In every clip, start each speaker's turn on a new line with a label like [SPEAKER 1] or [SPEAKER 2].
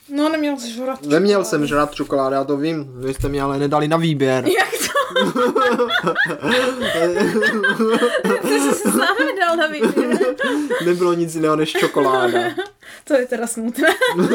[SPEAKER 1] No, neměl jsi žrat čokoládu.
[SPEAKER 2] Neměl jsem žrat čokoládu, já to vím. Vy jste mě ale nedali na výběr.
[SPEAKER 1] Jak to? Ty jsi se s námi dal na výběr.
[SPEAKER 2] Nebylo nic jiného než čokoláda.
[SPEAKER 1] To je teda smutné.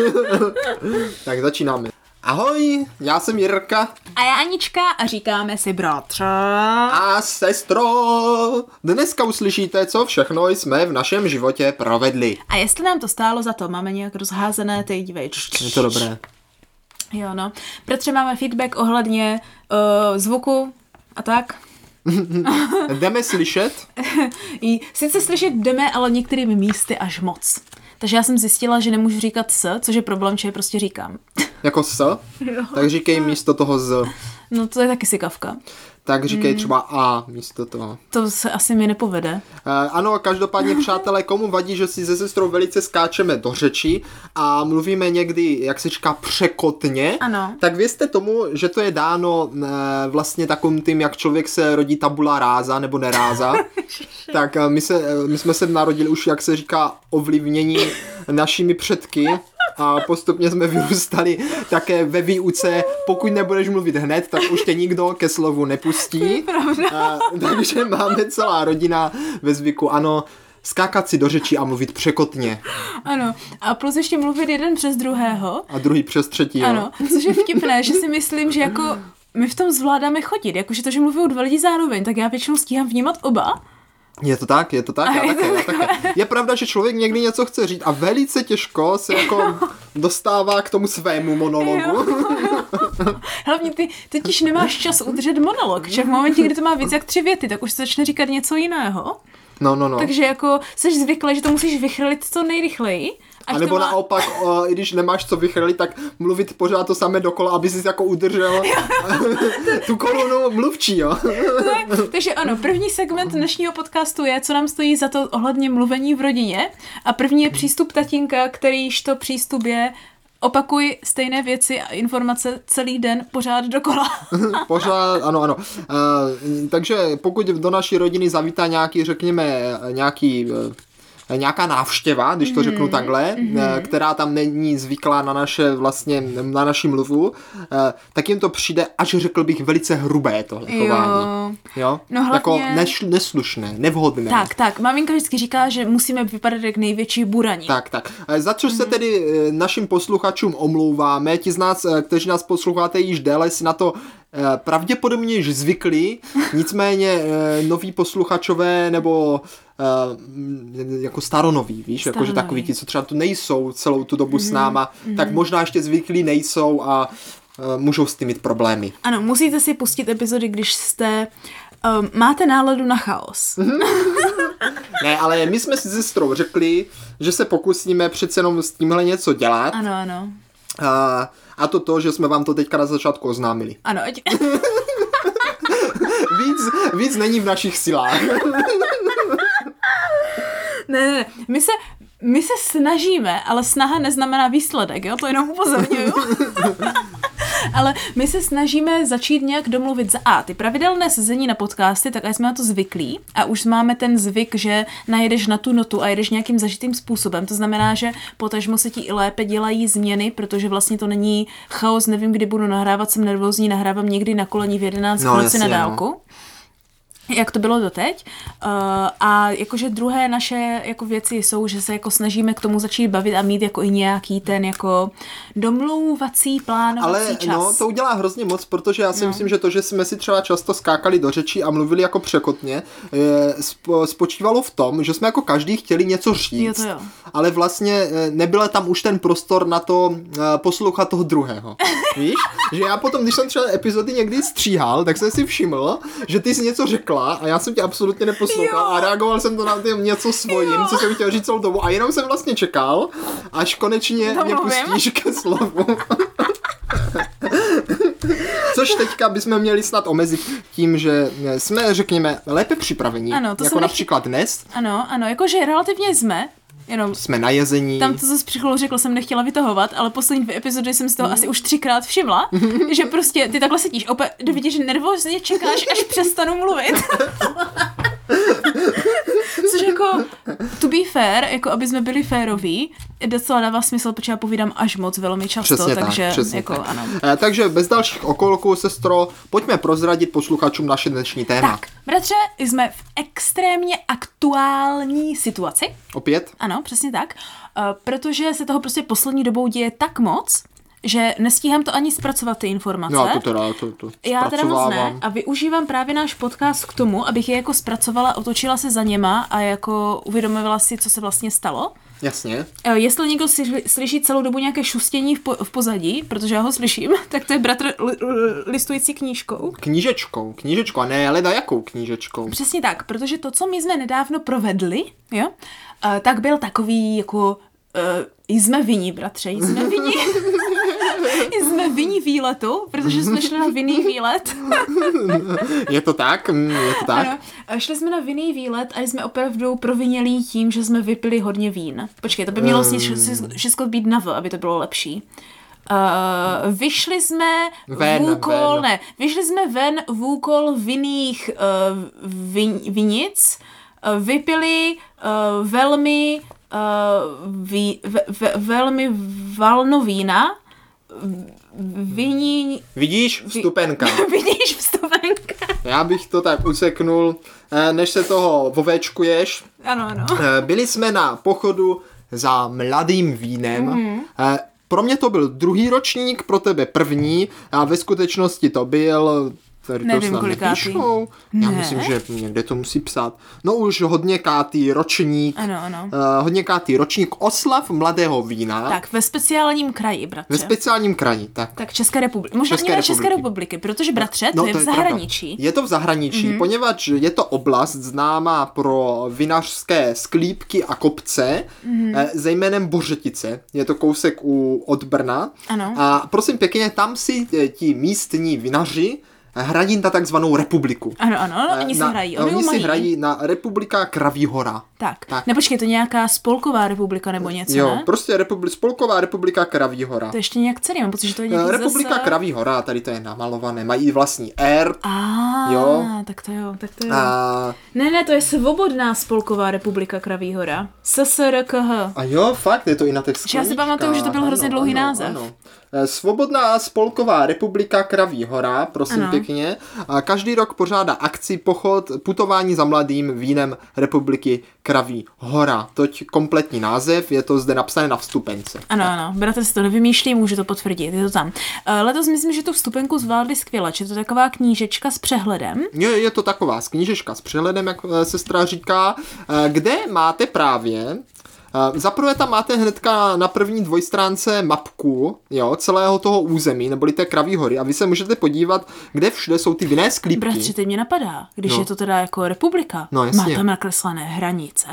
[SPEAKER 2] Tak začínáme. Ahoj, já jsem Jirka.
[SPEAKER 1] A já Anička a říkáme si bratře.
[SPEAKER 2] A sestro. Dneska uslyšíte, co všechno jsme v našem životě provedli.
[SPEAKER 1] A jestli nám to stálo za to, máme nějak rozházené, ty dívej.
[SPEAKER 2] Je to dobré.
[SPEAKER 1] Jo, no. Bratře, máme feedback ohledně zvuku a tak.
[SPEAKER 2] Jdeme slyšet?
[SPEAKER 1] Sice slyšet jdeme, ale některými místy až moc. Takže já jsem zjistila, že nemůžu říkat s, což je problém, že je prostě říkám.
[SPEAKER 2] Jako s? Tak říkej místo toho z.
[SPEAKER 1] No to je taky sykavka.
[SPEAKER 2] Tak říkej třeba a místo toho.
[SPEAKER 1] To se asi mi nepovede.
[SPEAKER 2] Ano, každopádně, přátelé, komu vadí, že si se sestrou velice skáčeme do řeči a mluvíme někdy, jak se říká, překotně,
[SPEAKER 1] ano.
[SPEAKER 2] Tak vězte tomu, že to je dáno vlastně takovým tím, jak člověk se rodí tabula ráza nebo neráza. Tak my jsme se narodili už, jak se říká, ovlivnění našimi předky. A postupně jsme vyrůstali také ve výuce, pokud nebudeš mluvit hned, tak už tě nikdo ke slovu nepustí. Takže máme celá rodina ve zvyku, ano, skákat si do řeči a mluvit překotně.
[SPEAKER 1] Ano, a plus ještě mluvit jeden přes druhého.
[SPEAKER 2] A druhý přes třetího.
[SPEAKER 1] Ano, což je vtipné, že si myslím, že jako my v tom zvládáme chodit, jakože to, že mluví dva lidi zároveň, tak já většinou stíhám vnímat oba.
[SPEAKER 2] Je to tak, já také. Je pravda, že člověk někdy něco chce říct a velice těžko se jako dostává k tomu svému monologu.
[SPEAKER 1] Hlavně ty totiž nemáš čas udržet monolog, že v momentě, kdy to má víc jak 3 věty, tak už se začne říkat něco jiného.
[SPEAKER 2] No.
[SPEAKER 1] Takže jako jsi zvyklý, že to musíš vychrlit co nejrychleji.
[SPEAKER 2] A nebo naopak, i když nemáš co vychrlit, tak mluvit pořád to samé dokola, aby jsi jako udržel tu kolonu mluvčí, jo.
[SPEAKER 1] Takže ano, první segment dnešního podcastu je, co nám stojí za to ohledně mluvení v rodině. A první je přístup tatínka, kterýž to přístup je opakuj stejné věci a informace celý den pořád dokola.
[SPEAKER 2] Pořád, ano. Takže pokud do naší rodiny zavítá nějaká návštěva, když to řeknu takhle, která tam není zvyklá na naši mluvu, tak jim to přijde, až řekl bych, velice hrubé tohle chování. Jo?
[SPEAKER 1] No hlavně...
[SPEAKER 2] Jako neslušné, nevhodné.
[SPEAKER 1] Tak. Maminka vždycky říká, že musíme vypadat jak největší burani.
[SPEAKER 2] Tak. Za což se tedy našim posluchačům omlouváme. Ti z nás, kteří nás posloucháte již déle, si na to pravděpodobně již zvyklí, nicméně noví posluchačové nebo jako staronoví, víš, jakože takový ti, co třeba tu nejsou celou tu dobu s náma, tak možná ještě zvyklí nejsou a můžou s tím mít problémy.
[SPEAKER 1] Ano, musíte si pustit epizody, když máte náladu na chaos.
[SPEAKER 2] Ne, ale my jsme si se sestrou řekli, že se pokusíme přece jenom s tímhle něco dělat.
[SPEAKER 1] Ano.
[SPEAKER 2] A to, že jsme vám to teďka na začátku oznámili.
[SPEAKER 1] Ano.
[SPEAKER 2] víc není v našich silách.
[SPEAKER 1] Ne, my se snažíme, ale snaha neznamená výsledek, jo, to jenom upozorňuju. Ale my se snažíme začít nějak domluvit za ty pravidelné sezení na podcasty, tak jsme na to zvyklí a už máme ten zvyk, že najedeš na tu notu a jedeš nějakým zažitým způsobem. To znamená, že potažmo se ti i lépe dělají změny, protože vlastně to není chaos, nevím, kdy budu nahrávat, jsem nervózní, nahrávám někdy na koleni v 11 noci na dálku. No. Jak to bylo doteď. A jakože druhé naše jako věci jsou, že se jako snažíme k tomu začít bavit a mít jako i nějaký ten jako domlouvací, plánovací čas.
[SPEAKER 2] Ale to udělá hrozně moc, protože já si myslím, že to, že jsme si třeba často skákali do řečí a mluvili jako překotně, spočívalo v tom, že jsme jako každý chtěli něco říct,
[SPEAKER 1] jo.
[SPEAKER 2] Ale vlastně nebyl tam už ten prostor na to poslouchat toho druhého. Víš? Že já potom, když jsem třeba epizody někdy stříhal, tak jsem si všiml, že ty jsi něco řekla a já jsem tě absolutně neposlouchal a reagoval jsem to na něco svojím, co jsem chtěl říct celou dobu a jenom jsem vlastně čekal, až konečně mě pustíš ke slovu. Což teďka bychom měli snad omezit tím, že jsme, řekněme, lépe připraveni, ano, jako například dnes.
[SPEAKER 1] Ano, jakože relativně
[SPEAKER 2] jsme na jezení.
[SPEAKER 1] Tam to zase přichlo, řekl, jsem nechtěla vytahovat, ale poslední 2 epizody jsem si toho asi už 3krát všimla, že prostě ty takhle sedíš, opět vidíš, že nervózně čekáš, až přestanu mluvit. Což Protože jako, to be fair, jako aby jsme byli féroví, docela dává smysl, protože já povídám až moc velmi často,
[SPEAKER 2] Přesně
[SPEAKER 1] takže
[SPEAKER 2] tak, přesně
[SPEAKER 1] jako
[SPEAKER 2] tak.
[SPEAKER 1] ano.
[SPEAKER 2] Takže bez dalších okolků, sestro, pojďme prozradit posluchačům naše dnešní téma.
[SPEAKER 1] Tak, bratře, jsme v extrémně aktuální situaci.
[SPEAKER 2] Opět?
[SPEAKER 1] Ano, přesně tak. Protože se toho prostě poslední dobou děje tak moc, že nestíhám to ani zpracovat ty informace.
[SPEAKER 2] No, to teda, to
[SPEAKER 1] Já teda moc ne
[SPEAKER 2] zpracovávám.
[SPEAKER 1] a využívám právě náš podcast k tomu, abych je jako zpracovala, otočila se za něma a jako uvědomila si, co se vlastně stalo.
[SPEAKER 2] Jasně.
[SPEAKER 1] Jestli někdo slyší celou dobu nějaké šustění v pozadí, protože já ho slyším, tak to je bratr listující knížkou.
[SPEAKER 2] Knížečkou, a ne leda jakou knížečkou.
[SPEAKER 1] Přesně tak, protože to, co my jsme nedávno provedli, jo, tak byl takový jako jsme vinní, bratře, jsme vinní. Jsme vinní výletu, protože jsme šli na vinný výlet.
[SPEAKER 2] Je to tak? Je to tak?
[SPEAKER 1] Ano, šli jsme na vinný výlet a jsme opravdu provinělí tím, že jsme vypili hodně vín. Počkej, to by mělo všechno být na V, aby to bylo lepší. Vyšli jsme vyšli jsme ven v úkol vinných vinic, vypili velmi velmi valno vína,
[SPEAKER 2] Vidíš? Vstupenka.
[SPEAKER 1] Vidíš vstupenka.
[SPEAKER 2] Já bych to tak useknul, než se toho vovečkuješ.
[SPEAKER 1] Ano.
[SPEAKER 2] Byli jsme na pochodu za mladým vínem. Pro mě to byl druhý ročník, pro tebe první a ve skutečnosti to byl...
[SPEAKER 1] Nevím, kolikátý.
[SPEAKER 2] Já myslím, že někde to musí psát. No už hodněkátý ročník.
[SPEAKER 1] Ano.
[SPEAKER 2] Hodněkátý ročník oslav mladého vína.
[SPEAKER 1] Tak, ve speciálním kraji, bratře.
[SPEAKER 2] Ve speciálním kraji, tak.
[SPEAKER 1] Tak České republiky. Možná i České republiky, protože, bratře, to je v zahraničí.
[SPEAKER 2] Pravda. Je to v zahraničí, poněvadž je to oblast známá pro vinařské sklípky a kopce, se jménem Bořetice. Je to kousek od Brna.
[SPEAKER 1] Ano.
[SPEAKER 2] A prosím pěkně, tam si ti místní vinaři hrají na takzvanou republiku.
[SPEAKER 1] Ano, oni si hrají.
[SPEAKER 2] Oni si hrají na Republika Kraví hora.
[SPEAKER 1] Tak. Nepočkej, to nějaká spolková republika nebo něco,
[SPEAKER 2] jo,
[SPEAKER 1] ne?
[SPEAKER 2] prostě Spolková republika Kraví hora.
[SPEAKER 1] To ještě nějak celý, mám pocit, že to je nějaký
[SPEAKER 2] Republika Kraví hora, tady to je namalované, mají vlastní erb. Jo.
[SPEAKER 1] Tak to jo. Ne, to je Svobodná spolková republika Kraví hora. SSRKH.
[SPEAKER 2] A jo, fakt, je to i na těch skleníčkách.
[SPEAKER 1] Já si pamatuju, že to byl hrozně dlouhý název.
[SPEAKER 2] Ano. Svobodná spolková republika Kraví hora, prosím pěkně. A každý rok pořádá akci putování za mladým vínem republiky Kraví hora. Toť kompletní název, je to zde napsané na vstupence.
[SPEAKER 1] Ano, bratr si to nevymýšlí, může to potvrdit, je to tam. Letos myslím, že tu vstupenku zvládli skvěle, že to je taková knížečka s přehledem.
[SPEAKER 2] Je to taková knížečka s přehledem, jak sestra říká, kde máte právě zaprvé tam máte hnedka na první dvojstránce mapku, jo, celého toho území, neboli té Kraví hory a vy se můžete podívat, kde všude jsou ty vinné sklípky.
[SPEAKER 1] Bratře, teď mě napadá, když je to teda jako republika, má tam nakreslené hranice?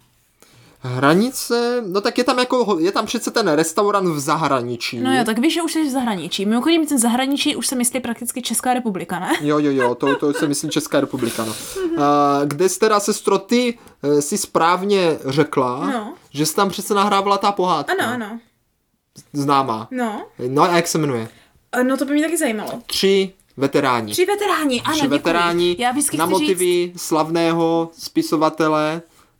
[SPEAKER 2] Hranice, no tak je tam přece ten restaurant v zahraničí.
[SPEAKER 1] No jo, tak víš, že už jsi v zahraničí. Mimochodem ten zahraničí už se myslí prakticky Česká republika, ne?
[SPEAKER 2] Jo, to se myslí Česká republika, no. Kde jsi teda, sestro, ty si správně řekla, že jsi tam přece nahrávala ta pohádka.
[SPEAKER 1] Ano.
[SPEAKER 2] Známá. No a jak se jmenuje?
[SPEAKER 1] No to by mě taky zajímalo.
[SPEAKER 2] 3 veteráni.
[SPEAKER 1] 3 veteráni, ano,
[SPEAKER 2] 3 veteráni na motivy slavného spisovatele.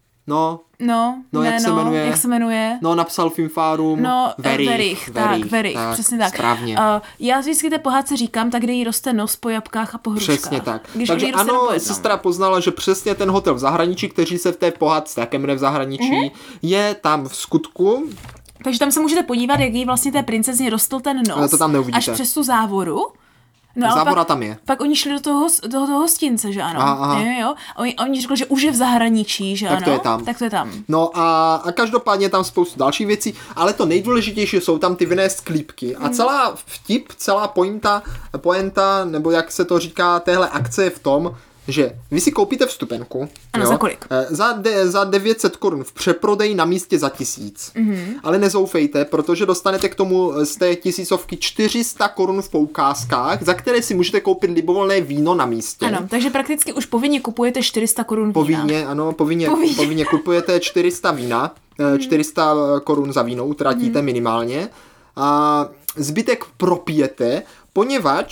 [SPEAKER 2] Jak se jmenuje? No, napsal Filmfárum
[SPEAKER 1] Verich, přesně tak.
[SPEAKER 2] Správně.
[SPEAKER 1] Já vždycky té pohádce říkám, tak kde jí roste nos po jabkách a po hruškách.
[SPEAKER 2] Přesně tak. Takže ano, sestra poznala, že přesně ten hotel v zahraničí, který se v té pohádce také jmenuje v zahraničí, je tam v skutku.
[SPEAKER 1] Takže tam se můžete podívat, jak jí vlastně té princezně rostl ten nos.
[SPEAKER 2] Ale to tam neuvidíte.
[SPEAKER 1] Až přes tu závoru. No,
[SPEAKER 2] Závora tam je.
[SPEAKER 1] Pak oni šli do toho hostince, že ano. Jo. A oni řekli, že už je v zahraničí, že
[SPEAKER 2] tak
[SPEAKER 1] ano.
[SPEAKER 2] Tak to je tam. No a každopádně tam spoustu dalších věcí, ale to nejdůležitější jsou tam ty vinné sklípky. A celá pointa, nebo jak se to říká, téhle akce je v tom, že vy si koupíte vstupenku.
[SPEAKER 1] Ano, za kolik?
[SPEAKER 2] Za 900 korun v přeprodeji na místě za 1000. Ale nezoufejte, protože dostanete k tomu z té 1000 400 korun v poukázkách, za které si můžete koupit libovolné víno na místě.
[SPEAKER 1] Ano, takže prakticky už povinně kupujete 400 korun vína.
[SPEAKER 2] Povinně kupujete 400 vína, 400 korun za víno utratíte minimálně. A zbytek propijete, poněvadž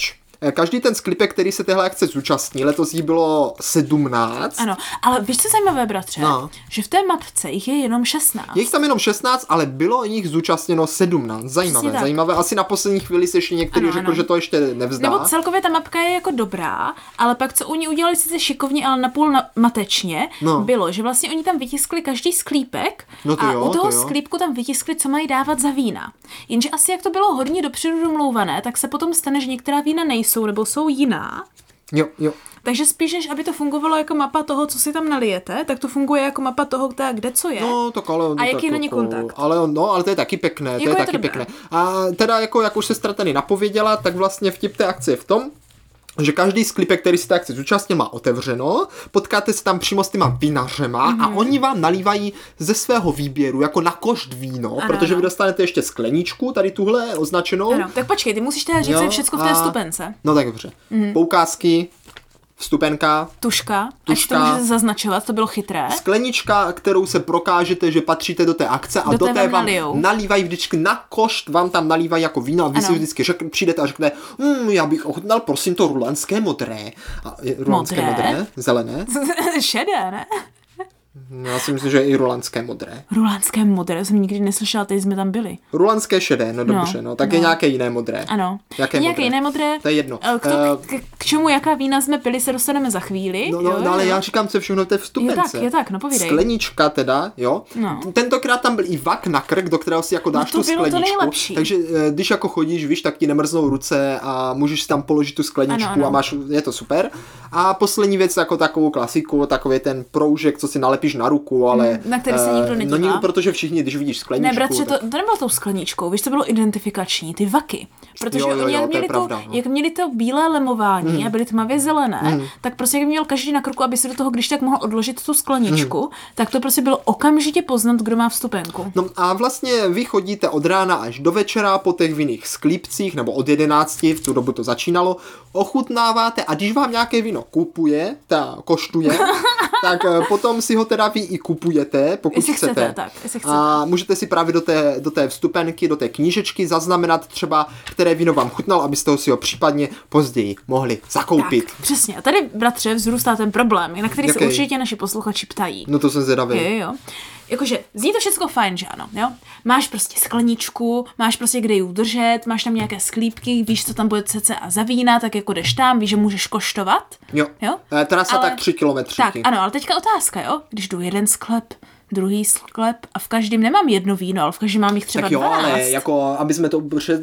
[SPEAKER 2] každý ten sklipek, který se téhle akce zúčastní, letos jí bylo 17.
[SPEAKER 1] Ano, ale víš, co je zajímavé, bratře?
[SPEAKER 2] No.
[SPEAKER 1] Že v té mapce jich je jenom 16.
[SPEAKER 2] Je jich tam jenom 16, ale bylo jich zúčastněno 17. Zajímavé. Asi na poslední chvíli se ještě některý řekl, že to ještě nevzdá.
[SPEAKER 1] Nebo celkově ta mapka je jako dobrá, ale pak co oni udělali sice šikovně, ale napůl matečně, bylo, že vlastně oni tam vytiskli každý sklípek a u toho sklípku tam vytiskli, co mají dávat za vína. Jenže asi jak to bylo hodně dopředu domlouvané, tak se potom stane, že některá vína nejsou nebo jsou jiná.
[SPEAKER 2] Jo.
[SPEAKER 1] Takže spíš, než aby to fungovalo jako mapa toho, co si tam nalijete, tak to funguje jako mapa toho, kde co je.
[SPEAKER 2] No, tak ale...
[SPEAKER 1] A jaký je na ně kontakt.
[SPEAKER 2] Ale to je taky pěkné,
[SPEAKER 1] jako
[SPEAKER 2] to je taky pěkné. A teda jak už sestra tady napověděla, tak vlastně vtip té akce je v tom, že každý sklipek, který si té akce zúčastnil, má otevřeno, potkáte se tam přímo s těma vinařema a oni vám nalívají ze svého výběru jako na košt víno, protože vy dostanete ještě skleničku, tady tuhle označenou.
[SPEAKER 1] Ano, tak počkej, ty musíš teda říct, co je všecko v té vstupence.
[SPEAKER 2] No tak dobře. Poukázky, vstupenka,
[SPEAKER 1] tuška, ať to můžete zaznačovat, to bylo chytré.
[SPEAKER 2] Sklenička, kterou se prokážete, že patříte do té akce a do té vám nalívají vždycky na košt, vám tam nalívají jako víno a vy si vždycky přijdete a řeknete, já bych ochutnal prosím to rulanské modré. Rulanské modré? Zelené?
[SPEAKER 1] Šedé, ne?
[SPEAKER 2] Já si myslím, že i rulanské modré.
[SPEAKER 1] Rulanské modré, jsem nikdy neslyšela, teď jsme tam byli.
[SPEAKER 2] Rulanské šedé, no dobře, tak je nějaké jiné modré.
[SPEAKER 1] Ano.
[SPEAKER 2] Nějaké
[SPEAKER 1] jiné modré.
[SPEAKER 2] To je jedno.
[SPEAKER 1] K čemu, jaká vína jsme pili, se dostaneme za chvíli.
[SPEAKER 2] No, ale já říkám, co všechno v té vstupence.
[SPEAKER 1] Je tak, no povídej.
[SPEAKER 2] Sklenička teda, jo. No. Tentokrát tam byl i vak na krk, do kterého si jako dáš tu skleničku. Takže když jako chodíš, víš, tak ti nemrznou ruce a můžeš si tam položit tu skleničku a máš, je to super. A poslední věc, jako takovou klasiku, takový ten proužek, co si nalepíš na ruku, ale
[SPEAKER 1] na který se nikdo nedívá.
[SPEAKER 2] No, protože všichni, když vidíš skleničku.
[SPEAKER 1] Ne, bratře, to nebylo tou skleničkou, víš, to bylo identifikační, ty vaky. Protože oni jak měli to bílé lemování a byly tmavě zelené, tak prostě jak měl každý na krku, aby si do toho když tak mohl odložit tu skleničku, tak to prostě bylo okamžitě poznat, kdo má vstupenku.
[SPEAKER 2] No a vlastně vy chodíte od rána až do večera po těch vinných sklípcích, nebo od 11, v tu dobu to začínalo, ochutnáváte a když vám nějaké víno koštuje, tak potom si ho teda vy i kupujete, pokud chcete. A můžete si právě do té vstupenky, do té knížečky zaznamenat třeba, které víno vám chutnalo, abyste si ho případně později mohli zakoupit.
[SPEAKER 1] Tak, přesně. A tady, bratře, vzrůstá ten problém, na který se určitě naši posluchači ptají.
[SPEAKER 2] No to jsem zvědavý.
[SPEAKER 1] Jo. Jakože zní to všechno fajn, že ano, jo? Máš prostě skleničku, máš prostě kde ji udržet, máš tam nějaké sklípky, víš, co tam bude cca za vína, tak jako jdeš tam, víš, že můžeš koštovat.
[SPEAKER 2] Jo? Trasa tak 3 kilometry.
[SPEAKER 1] Tak, ano, ale teďka otázka, jo? Když jdu jeden sklep, druhý sklep a v každém nemám jedno víno, ale v každém mám jich třeba 12.
[SPEAKER 2] Tak jo, ale jako, aby jsme to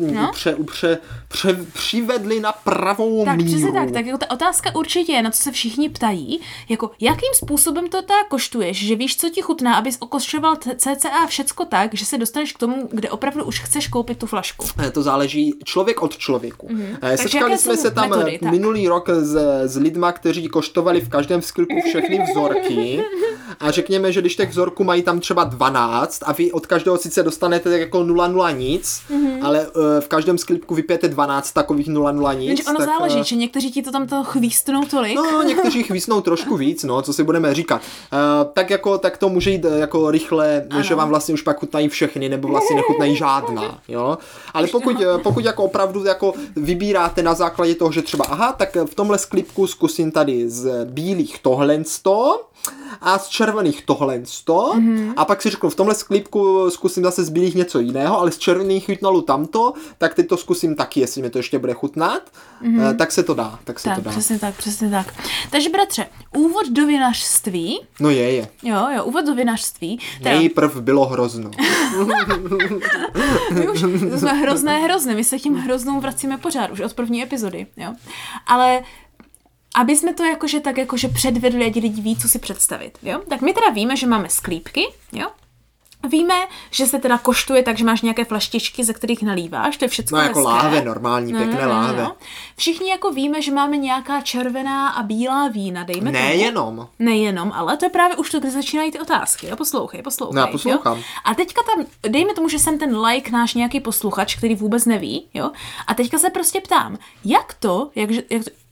[SPEAKER 2] přivedli na pravou míru.
[SPEAKER 1] Přesně tak jako ta otázka určitě je, na co se všichni ptají, jako jakým způsobem to tak koštuješ, že víš, co ti chutná, abys okošťoval cca všecko tak, že se dostaneš k tomu, kde opravdu už chceš koupit tu flašku.
[SPEAKER 2] To záleží člověk od člověku. Setkali jsme se tam minulý rok s lidma, kteří koštovali v každém sklipu všechny vzorky a řekněme, že když těch vzorků mají tam třeba 12 a vy od každého sice dostanete tak jako 0,0 nic, ale v každém sklipku vypijete 12 takových 0,0 nic.
[SPEAKER 1] Jenže ono
[SPEAKER 2] tak,
[SPEAKER 1] záleží, že někteří ti to tam toho chvístnou tolik.
[SPEAKER 2] No, někteří chvístnou trošku víc, no, co si budeme říkat. Tak to může jít jako rychle, že vám vlastně už pak chutnají všechny, nebo vlastně nechutnají žádná, jo. Ale pokud jako opravdu jako vybíráte na základě toho, že třeba tak v tomhle sklipku zkusím tady z bílých tohlensto a z červených tohlensto a pak si řeknu, v tomhle sklípku zkusím zase z bílých něco jiného, ale z červených chutnalo tamto, tak teď to zkusím taky, jestli mi to ještě bude chutnat, tak se to dá.
[SPEAKER 1] Přesně tak. Takže bratře, úvod do vinařství.
[SPEAKER 2] No je.
[SPEAKER 1] Jo, úvod do vinařství.
[SPEAKER 2] Nejprv bylo hrozno.
[SPEAKER 1] My už jsme hrozné, my se k těm hroznům vracíme pořád, už od první epizody, jo. Ale aby jsme to jakože předvedli, ať lidi ví, co si představit, jo? Tak my teda víme, že máme sklípky, jo? Víme, že se teda koštuje tak, že máš nějaké flaštičky, ze kterých nalíváš, to je všechno
[SPEAKER 2] hezké. No jako láhve, normální, pěkné láhve.
[SPEAKER 1] Všichni jako víme, že máme nějaká červená a bílá vína, dejme tomu. Nejenom, ale to je právě už to, kde začínají ty otázky, jo? Poslouchej.
[SPEAKER 2] No, já poslouchám.
[SPEAKER 1] Jo? A teďka tam, dejme tomu, že jsem ten náš nějaký posluchač, který vůbec neví, jo? A teďka se prostě ptám,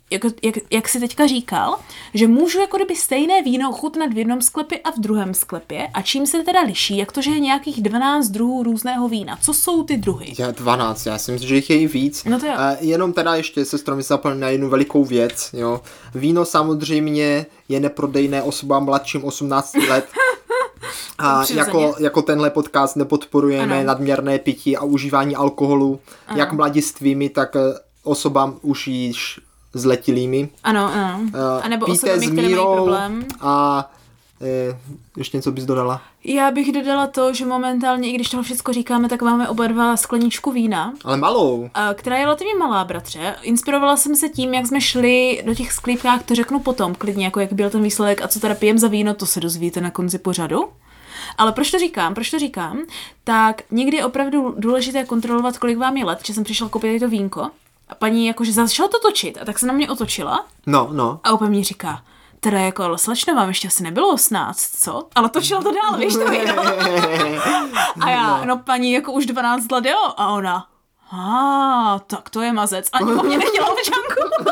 [SPEAKER 1] jak jsi teďka říkal, že můžu jako kdyby stejné víno chutnat v jednom sklepě a v druhém sklepě a čím se teda liší, jak to, že je nějakých 12 druhů různého vína. Co jsou ty druhy?
[SPEAKER 2] 12, já si myslím, že jich je i víc.
[SPEAKER 1] No to jo.
[SPEAKER 2] Jenom teda ještě sestro mi zapomněl na jednu velikou věc, jo. Víno samozřejmě je neprodejné osobám mladším 18 let. A jako tenhle podcast nepodporujeme nadměrné pití a užívání alkoholu, jak mladistvými, tak osobám už již zletilými.
[SPEAKER 1] Ano. A nebo osobami, které mají problém.
[SPEAKER 2] A ještě něco bys dodala?
[SPEAKER 1] Já bych dodala to, že momentálně, i když toho všechno říkáme, tak máme oba dva skleničku vína.
[SPEAKER 2] Ale malou.
[SPEAKER 1] Která je relativně malá, bratře. Inspirovala jsem se tím, jak jsme šli do těch sklípkách, to řeknu potom, klidně, jako jak byl ten výsledek a co teda pijem za víno, to se dozvíte na konci pořadu. Ale proč to říkám? Tak někdy je opravdu důležité kontrolovat, kolik vám je let, že jsem přišla koupit to vínko a paní jakože začala to točit a tak se na mě otočila.
[SPEAKER 2] No.
[SPEAKER 1] A opět mě říká, teda jako, ale slečno, vám ještě asi nebylo 18, co? Ale točila to dál, víš to víno. A já, no paní, jako už 12 let, jo? A ona, tak to je mazec. Ani po mě nechtěla občanku.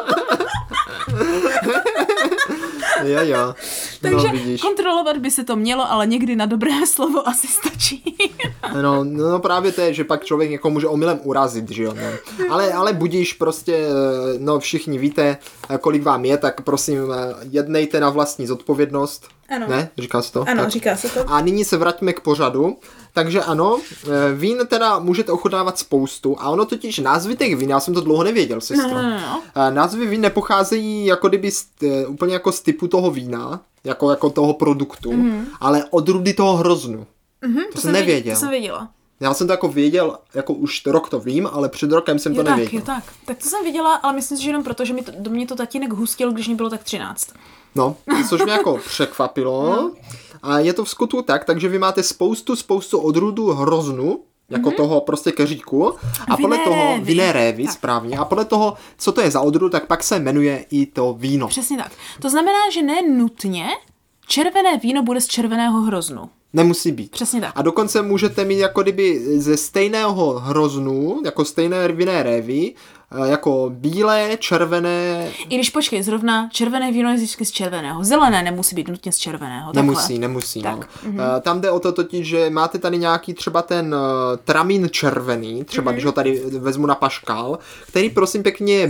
[SPEAKER 2] Jo.
[SPEAKER 1] Takže kontrolovat by se to mělo, ale někdy na dobré slovo asi stačí.
[SPEAKER 2] No právě to je, že pak člověk někoho může omylem urazit, že jo. No. Ale budíš prostě, všichni víte, kolik vám je, tak prosím, jednejte na vlastní zodpovědnost.
[SPEAKER 1] Ano.
[SPEAKER 2] Ne? Říká se to?
[SPEAKER 1] Ano,
[SPEAKER 2] tak.
[SPEAKER 1] Říká se to.
[SPEAKER 2] A nyní se vraťme k pořadu. Takže ano, vín teda můžete ochutnávat spoustu a ono totiž názvy těch vín, já jsem to dlouho nevěděl, sestro.
[SPEAKER 1] No.
[SPEAKER 2] Názvy vín nepocházejí jako kdyby úplně jako z typu toho vína, jako toho produktu, ale odrůdy toho hroznu. To jsem nevěděl.
[SPEAKER 1] To jsem věděla.
[SPEAKER 2] Já jsem to jako věděl, jako už rok to vím, ale před rokem jsem to nevěděl.
[SPEAKER 1] Tak to jsem věděla, ale myslím si, že jenom proto, že do mě to tatínek hustil, když mi bylo tak 13.
[SPEAKER 2] No, což mě jako překvapilo. No. A je to v skutku tak, takže vy máte spoustu odrůdů hroznu, jako toho prostě keříku. A podle toho, vinné révy, správně. A podle toho, co to je za odrůdu, tak pak se jmenuje i to víno.
[SPEAKER 1] Přesně tak. To znamená, že ne nutně červené víno bude z červeného hroznu.
[SPEAKER 2] Nemusí být.
[SPEAKER 1] Přesně tak.
[SPEAKER 2] A dokonce můžete mít jako kdyby ze stejného hroznu, jako stejné vinné révy, jako bílé, červené...
[SPEAKER 1] I když počkej, zrovna červené víno je vždycky z červeného. Zelené nemusí být nutně z červeného.
[SPEAKER 2] Nemusí.
[SPEAKER 1] Tak.
[SPEAKER 2] No. Tam jde o to totiž, že máte tady nějaký třeba ten tramín červený, třeba když ho tady vezmu na paškál, který prosím pěkně je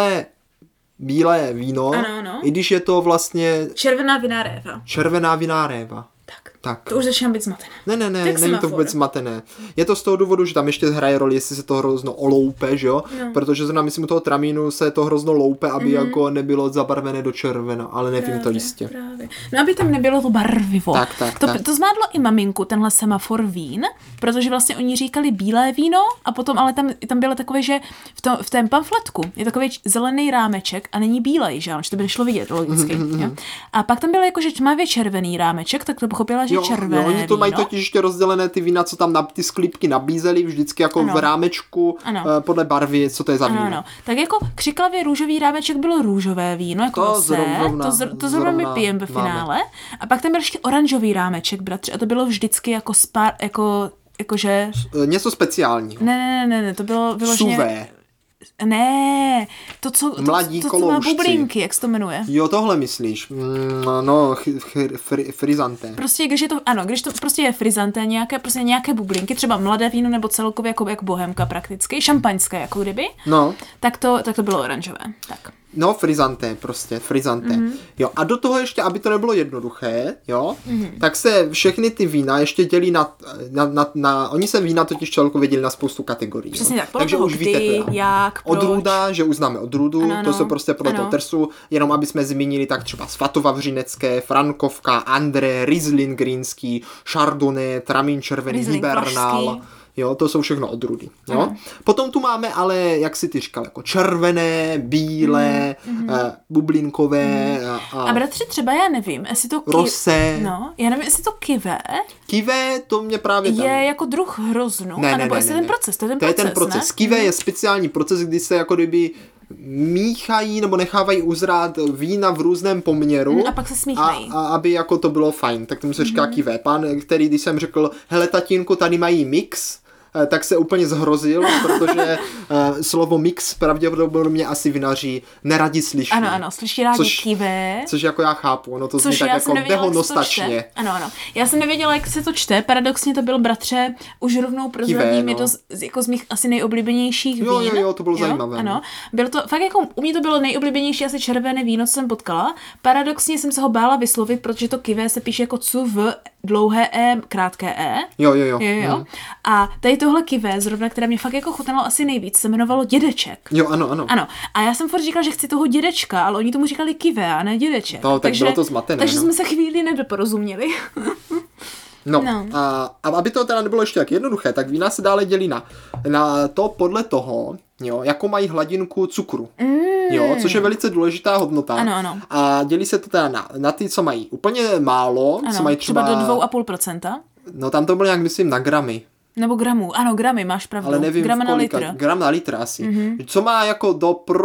[SPEAKER 2] bílé víno,
[SPEAKER 1] ano.
[SPEAKER 2] I když je to vlastně...
[SPEAKER 1] Červená vinná réva. Tak. To už začínám být zmatené.
[SPEAKER 2] Ne, není to vůbec zmatené. Je to z toho důvodu, že tam ještě hraje roli, jestli se to hrozno oloupe, že jo? No. Protože zrovna myslím u toho tramínu se to hrozno loupe, aby jako nebylo zabarvené do červena, ale nevím to jistě.
[SPEAKER 1] Právě. No aby tam nebylo to barvivo.
[SPEAKER 2] Tak.
[SPEAKER 1] To zvládlo i maminku, tenhle semafor vín, protože vlastně oni říkali bílé víno a potom, ale tam bylo takové, že v tom pamfletku je takový zelený rámeček a není bílej, že to by šlo vidět logicky. A pak tam bylo jako, že tmavě červený rámeček, tak to pochopila, že červené
[SPEAKER 2] jo, oni to mají totiž ještě rozdělené ty vína, co tam ty sklípky nabízeli, vždycky jako v rámečku podle barvy, co to je za víno.
[SPEAKER 1] Ano. Tak jako křiklavě růžový rámeček bylo růžové víno, jako to zrovna my pijeme ve finále. A pak tam byl ještě oranžový rámeček, bratře, a to bylo vždycky jakože...
[SPEAKER 2] Něco speciálního.
[SPEAKER 1] Ne, to bylo vyloženě...
[SPEAKER 2] Suvé.
[SPEAKER 1] Ne, to, co má bublinky, jak se to jmenuje?
[SPEAKER 2] Jo, tohle myslíš. Frizanté.
[SPEAKER 1] Prostě, když to prostě je frizanté, nějaké bublinky, třeba mladé víno nebo celkově jako bohemka prakticky, šampaňské jako kdyby, tak to bylo oranžové. Tak.
[SPEAKER 2] No, frizanté. Jo, a do toho ještě, aby to nebylo jednoduché, jo, tak se všechny ty vína ještě dělí oni se vína totiž celkově dělí na spoustu kategorií.
[SPEAKER 1] Přesně tak,
[SPEAKER 2] takže už víte, odrůda, že už známe odrůdu, to jsou prostě podle toho tersu, jenom aby jsme zmínili tak třeba Svatovavřinecké, Frankovka, André, Riesling greenský, Chardonnay, Tramín červený, Hibernál. Jo, to jsou všechno odrůdy. Jo? Potom tu máme ale, jak si ty říkal, jako červené, bílé, bublinkové.
[SPEAKER 1] A bratři, třeba já nevím, jestli to
[SPEAKER 2] rosé.
[SPEAKER 1] Já nevím, jestli to kivé.
[SPEAKER 2] Kivé, to mě právě
[SPEAKER 1] je jako druh hroznu, anebo jestli ten proces. To je ten proces.
[SPEAKER 2] Kivé je speciální proces, kdy se jako kdyby míchají nebo nechávají uzrát vína v různém poměru
[SPEAKER 1] a pak se smíchají.
[SPEAKER 2] A aby jako to bylo fajn, tak tomu se říká kivé. Pán, který když jsem řekl, hele tatínku, tady mají mix, tak se úplně zhrozil, protože slovo mix pravděpodobně asi vinaři neradi slyší.
[SPEAKER 1] Ano, slyší rádi kivé.
[SPEAKER 2] Což jako já chápu, ono to zní tak jako dehonostačně.
[SPEAKER 1] Ano. Já jsem nevěděla, jak se to čte, paradoxně to byl, bratře, už rovnou prozradím, je to jako z mých asi nejoblíbenějších vín.
[SPEAKER 2] Jo, to bylo zajímavé.
[SPEAKER 1] Ano, bylo to, fakt jako u mě to bylo nejoblíbenější asi červené víno, co jsem potkala. Paradoxně jsem se ho bála vyslovit, protože to kivé se píše jako cuv, dlouhé e, krátké e.
[SPEAKER 2] Jo.
[SPEAKER 1] A tady tohle kivé, zrovna, které mě fakt jako chutnalo asi nejvíc, se jmenovalo dědeček.
[SPEAKER 2] Jo, ano.
[SPEAKER 1] A já jsem furt říkala, že chci toho dědečka, ale oni tomu říkali kivé a ne dědeček.
[SPEAKER 2] No, takže bylo to zmatené.
[SPEAKER 1] Takže jsme se chvíli nedoporozuměli.
[SPEAKER 2] No. A aby to teda nebylo ještě tak jednoduché, tak vína se dále dělí na to podle toho, jo, jakou mají hladinku cukru. Jo, což je velice důležitá hodnota.
[SPEAKER 1] Ano.
[SPEAKER 2] A dělí se to teda na ty, co mají úplně málo, co mají třeba
[SPEAKER 1] do 2,5%.
[SPEAKER 2] No tam to bylo nějak, myslím, na gramy.
[SPEAKER 1] Nebo gramů. Ano, gramy, máš pravdu.
[SPEAKER 2] Ale nevím,
[SPEAKER 1] gram na litr.
[SPEAKER 2] Gram na litr asi. Co má jako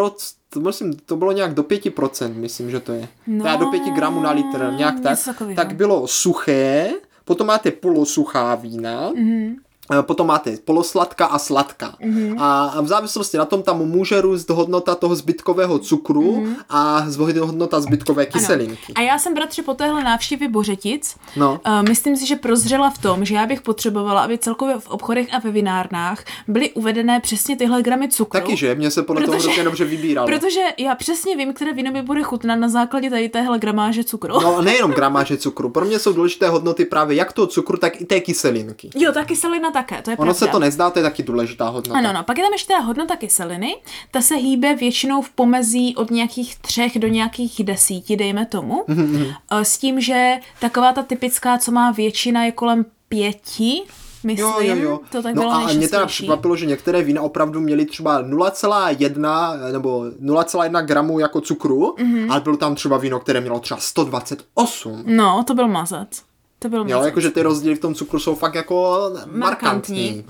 [SPEAKER 2] to bylo nějak do 5%, myslím, že to je. No, teda do 5 gramů na litr, nějak tak bylo suché, potom máte polosuchá vína, potom máte polosladká a sladká. A v závislosti na tom tam může růst hodnota toho zbytkového cukru a hodnota zbytkové kyselinky.
[SPEAKER 1] A já jsem, bratře, po téhle návštěvě Bořetic, myslím si, že prozřela v tom, že já bych potřebovala, aby celkově v obchodech a ve vinárnách byly uvedené přesně tyhle gramy cukru.
[SPEAKER 2] Taky, že? Mně se podle toho hrozně dobře vybíralo.
[SPEAKER 1] Protože já přesně vím, které víno mi bude chutnat na základě tady téhle gramáže cukru.
[SPEAKER 2] No, nejenom gramáže cukru. Pro mě jsou důležité hodnoty právě jak toho cukru, tak i té kyselinky.
[SPEAKER 1] Jo, ta kyselina také, to je pravda.
[SPEAKER 2] Ono se to nezdá, to je taky důležitá hodnota.
[SPEAKER 1] Ano, pak je tam ještě ta hodnota kyseliny, ta se hýbe většinou v pomezí od nějakých 3 do nějakých 10, dejme tomu, s tím, že taková ta typická, co má většina, je kolem 5, myslím,
[SPEAKER 2] jo.
[SPEAKER 1] To tak bylo
[SPEAKER 2] a mě teda překvapilo, že některé vína opravdu měly třeba 0,1 nebo 0,1 gramu jako cukru, ale bylo tam třeba víno, které mělo třeba 128.
[SPEAKER 1] No, to byl mazec.
[SPEAKER 2] Jo, jakože ty rozdíly v tom cukru jsou fakt jako markantní.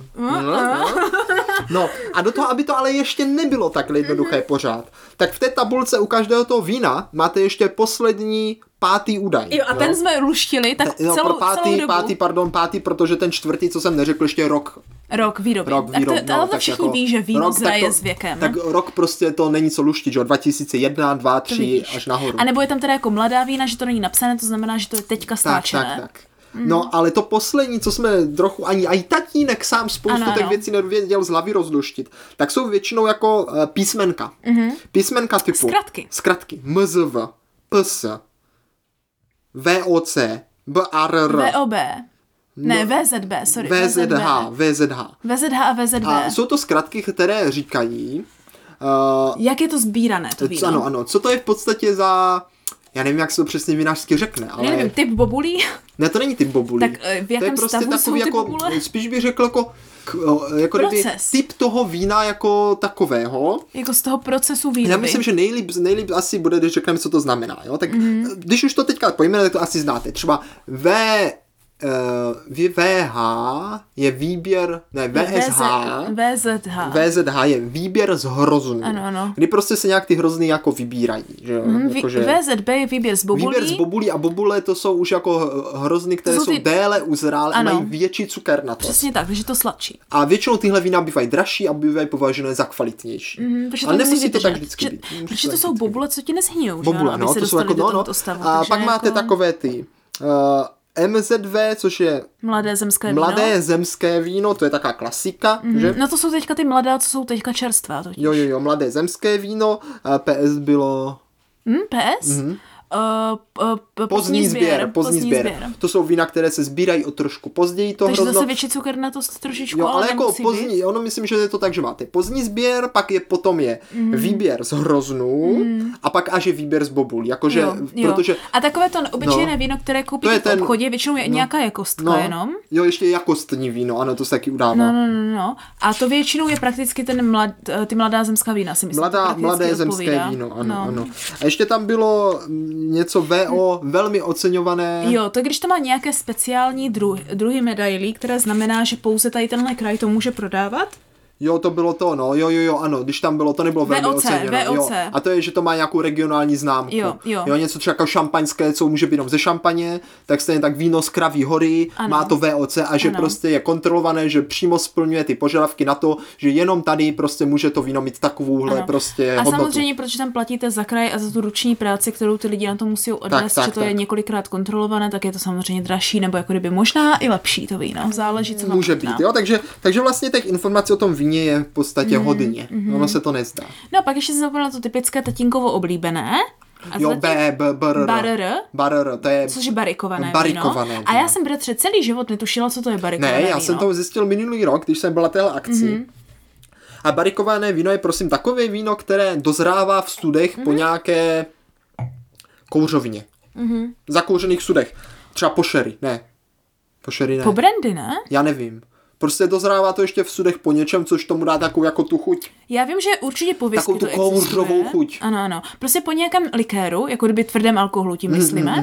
[SPEAKER 2] No a do toho, aby to ale ještě nebylo tak jednoduché pořád, tak v té tabulce u každého toho vína máte ještě poslední 5. údaj.
[SPEAKER 1] Jo, a ten jsme luštili tak celou dobu.
[SPEAKER 2] Pátý, protože ten 4., co jsem neřekl, ještě rok výroby.
[SPEAKER 1] Ale to všichni ví, že víno zraje s věkem.
[SPEAKER 2] Tak rok prostě to není co luštit, že 2001, 2, 3 až nahoru.
[SPEAKER 1] A nebo je tam teda jako mladá vína, že to není napsané, to znamená, že to je teďka stáčené.
[SPEAKER 2] Tak. No, ale to poslední, co jsme trochu, ani tatínek sám spoustu těch věcí nevěděl z hlavy rozluštit, tak jsou většinou jako písmenka. Písmenka typu zkratky MZV, PS, VOC, BRR,
[SPEAKER 1] VOB. Ne, VZB, sorry.
[SPEAKER 2] VZH
[SPEAKER 1] a VZB.
[SPEAKER 2] A jsou to zkratky, které říkají...
[SPEAKER 1] jak je to sbírané, to víno?
[SPEAKER 2] Ano. Co to je v podstatě za... Já nevím, jak se to přesně vinařsky řekne, ale...
[SPEAKER 1] Nevím, typ bobulí?
[SPEAKER 2] Ne, to není typ bobulí.
[SPEAKER 1] Tak v jakém
[SPEAKER 2] to je prostě
[SPEAKER 1] stavu
[SPEAKER 2] takový
[SPEAKER 1] jsou ty
[SPEAKER 2] jako,
[SPEAKER 1] bobule?
[SPEAKER 2] spíš bych řekl jako kdyby typ toho vína jako takového.
[SPEAKER 1] Jako z toho procesu výroby.
[SPEAKER 2] Já myslím, že nejlíp asi bude, když řekneme, co to znamená. Jo? Tak když už to teďka pojmenujeme, tak to asi znáte. Třeba VH je výběr, VZH je výběr z hroznů.
[SPEAKER 1] Ano.
[SPEAKER 2] Kdy prostě se nějak ty hrozny jako vybírají. Že?
[SPEAKER 1] VZB je výběr z bobulí.
[SPEAKER 2] Výběr z bobulí a bobule to jsou už jako hrozny, které jsou déle uzrálé a mají větší cukernatost.
[SPEAKER 1] Přesně tak, takže to sladší.
[SPEAKER 2] A většinou tyhle vína bývají dražší a bývají považené za kvalitnější. Ale nemusí to tak vždycky být.
[SPEAKER 1] Protože to jsou bobule, co ti nezhnijou.
[SPEAKER 2] Bobule,
[SPEAKER 1] no, to jsou jako
[SPEAKER 2] a pak máte takové ty MZV, což je mladé zemské víno, to je taková klasika, že?
[SPEAKER 1] No to jsou teďka ty mladé, co jsou teďka čerstvá. Totiž.
[SPEAKER 2] Jo, mladé zemské víno, PS bylo...
[SPEAKER 1] PS?
[SPEAKER 2] Pozdní sběr. To jsou vína, které se sbírají o trošku později.
[SPEAKER 1] Takže zase větší cukernatost trošičku,
[SPEAKER 2] ale jako pozdní, ono myslím, že je to tak, že máte pozdní sběr, pak potom je výběr z hroznů a pak až je výběr z bobulí. Jakože, protože...
[SPEAKER 1] A takové to obyčejné víno, které koupíte v obchodě, většinou je nějaká jakostka jenom.
[SPEAKER 2] Jo, ještě jakostní víno, ano, to se taky udává.
[SPEAKER 1] No. A to většinou je prakticky ty mladá zemská vína, si myslím.
[SPEAKER 2] Mladé zemské víno, ano. A ještě tam bylo něco VO velmi oceňované.
[SPEAKER 1] Jo, to když to má nějaké speciální druhy medailí, které znamená, že pouze tady tenhle kraj to může prodávat.
[SPEAKER 2] Jo, to bylo to, no, jo, ano, když tam bylo, to nebylo velmi oceněno.
[SPEAKER 1] VOC.
[SPEAKER 2] Jo. A to je, že to má nějakou regionální známku. Jo, něco třeba jako šampaňské, co může být jenom ze šampaně, tak stejně tak víno z Kraví hory, ano. Má to VOC a že prostě je kontrolované, že přímo splňuje ty požadavky na to, že jenom tady prostě může to víno mít takovouhle prostě hodnotu.
[SPEAKER 1] A samozřejmě, protože tam platíte za kraj a za tu ruční práci, kterou ty lidi na to musí odnést, že to je několikrát kontrolované, tak je to samozřejmě dražší, nebo jako kdyby možná i lepší to víno. Záleží, co
[SPEAKER 2] může být, jo, takže vlastně těch informací o tom víně je v podstatě hodně. Ono se to nezdá.
[SPEAKER 1] No a pak ještě se zapomněla to typické tatínkovo oblíbené.
[SPEAKER 2] Jo, barr, to je...
[SPEAKER 1] Což je barikované
[SPEAKER 2] víno.
[SPEAKER 1] A já jsem, bratře, celý život netušila, co to je barikované víno.
[SPEAKER 2] Ne, já jsem to zjistil minulý rok, když jsem byl na téhle akci. A barikované víno je prosím takové víno, které dozrává v sudech po nějaké kouřovině. Zakouřených sudech. Třeba po sherry, ne. Po sherry ne.
[SPEAKER 1] Po brandy, ne?
[SPEAKER 2] Já nevím. Prostě dozrává to ještě v sudech po něčem, což tomu dá takovou jako tu chuť.
[SPEAKER 1] Já vím, že určitě po whisky
[SPEAKER 2] to existuje. Takovou kouřovou chuť.
[SPEAKER 1] Ano. Prostě po nějakém likéru, jako kdyby tvrdém alkoholu, tím myslíme.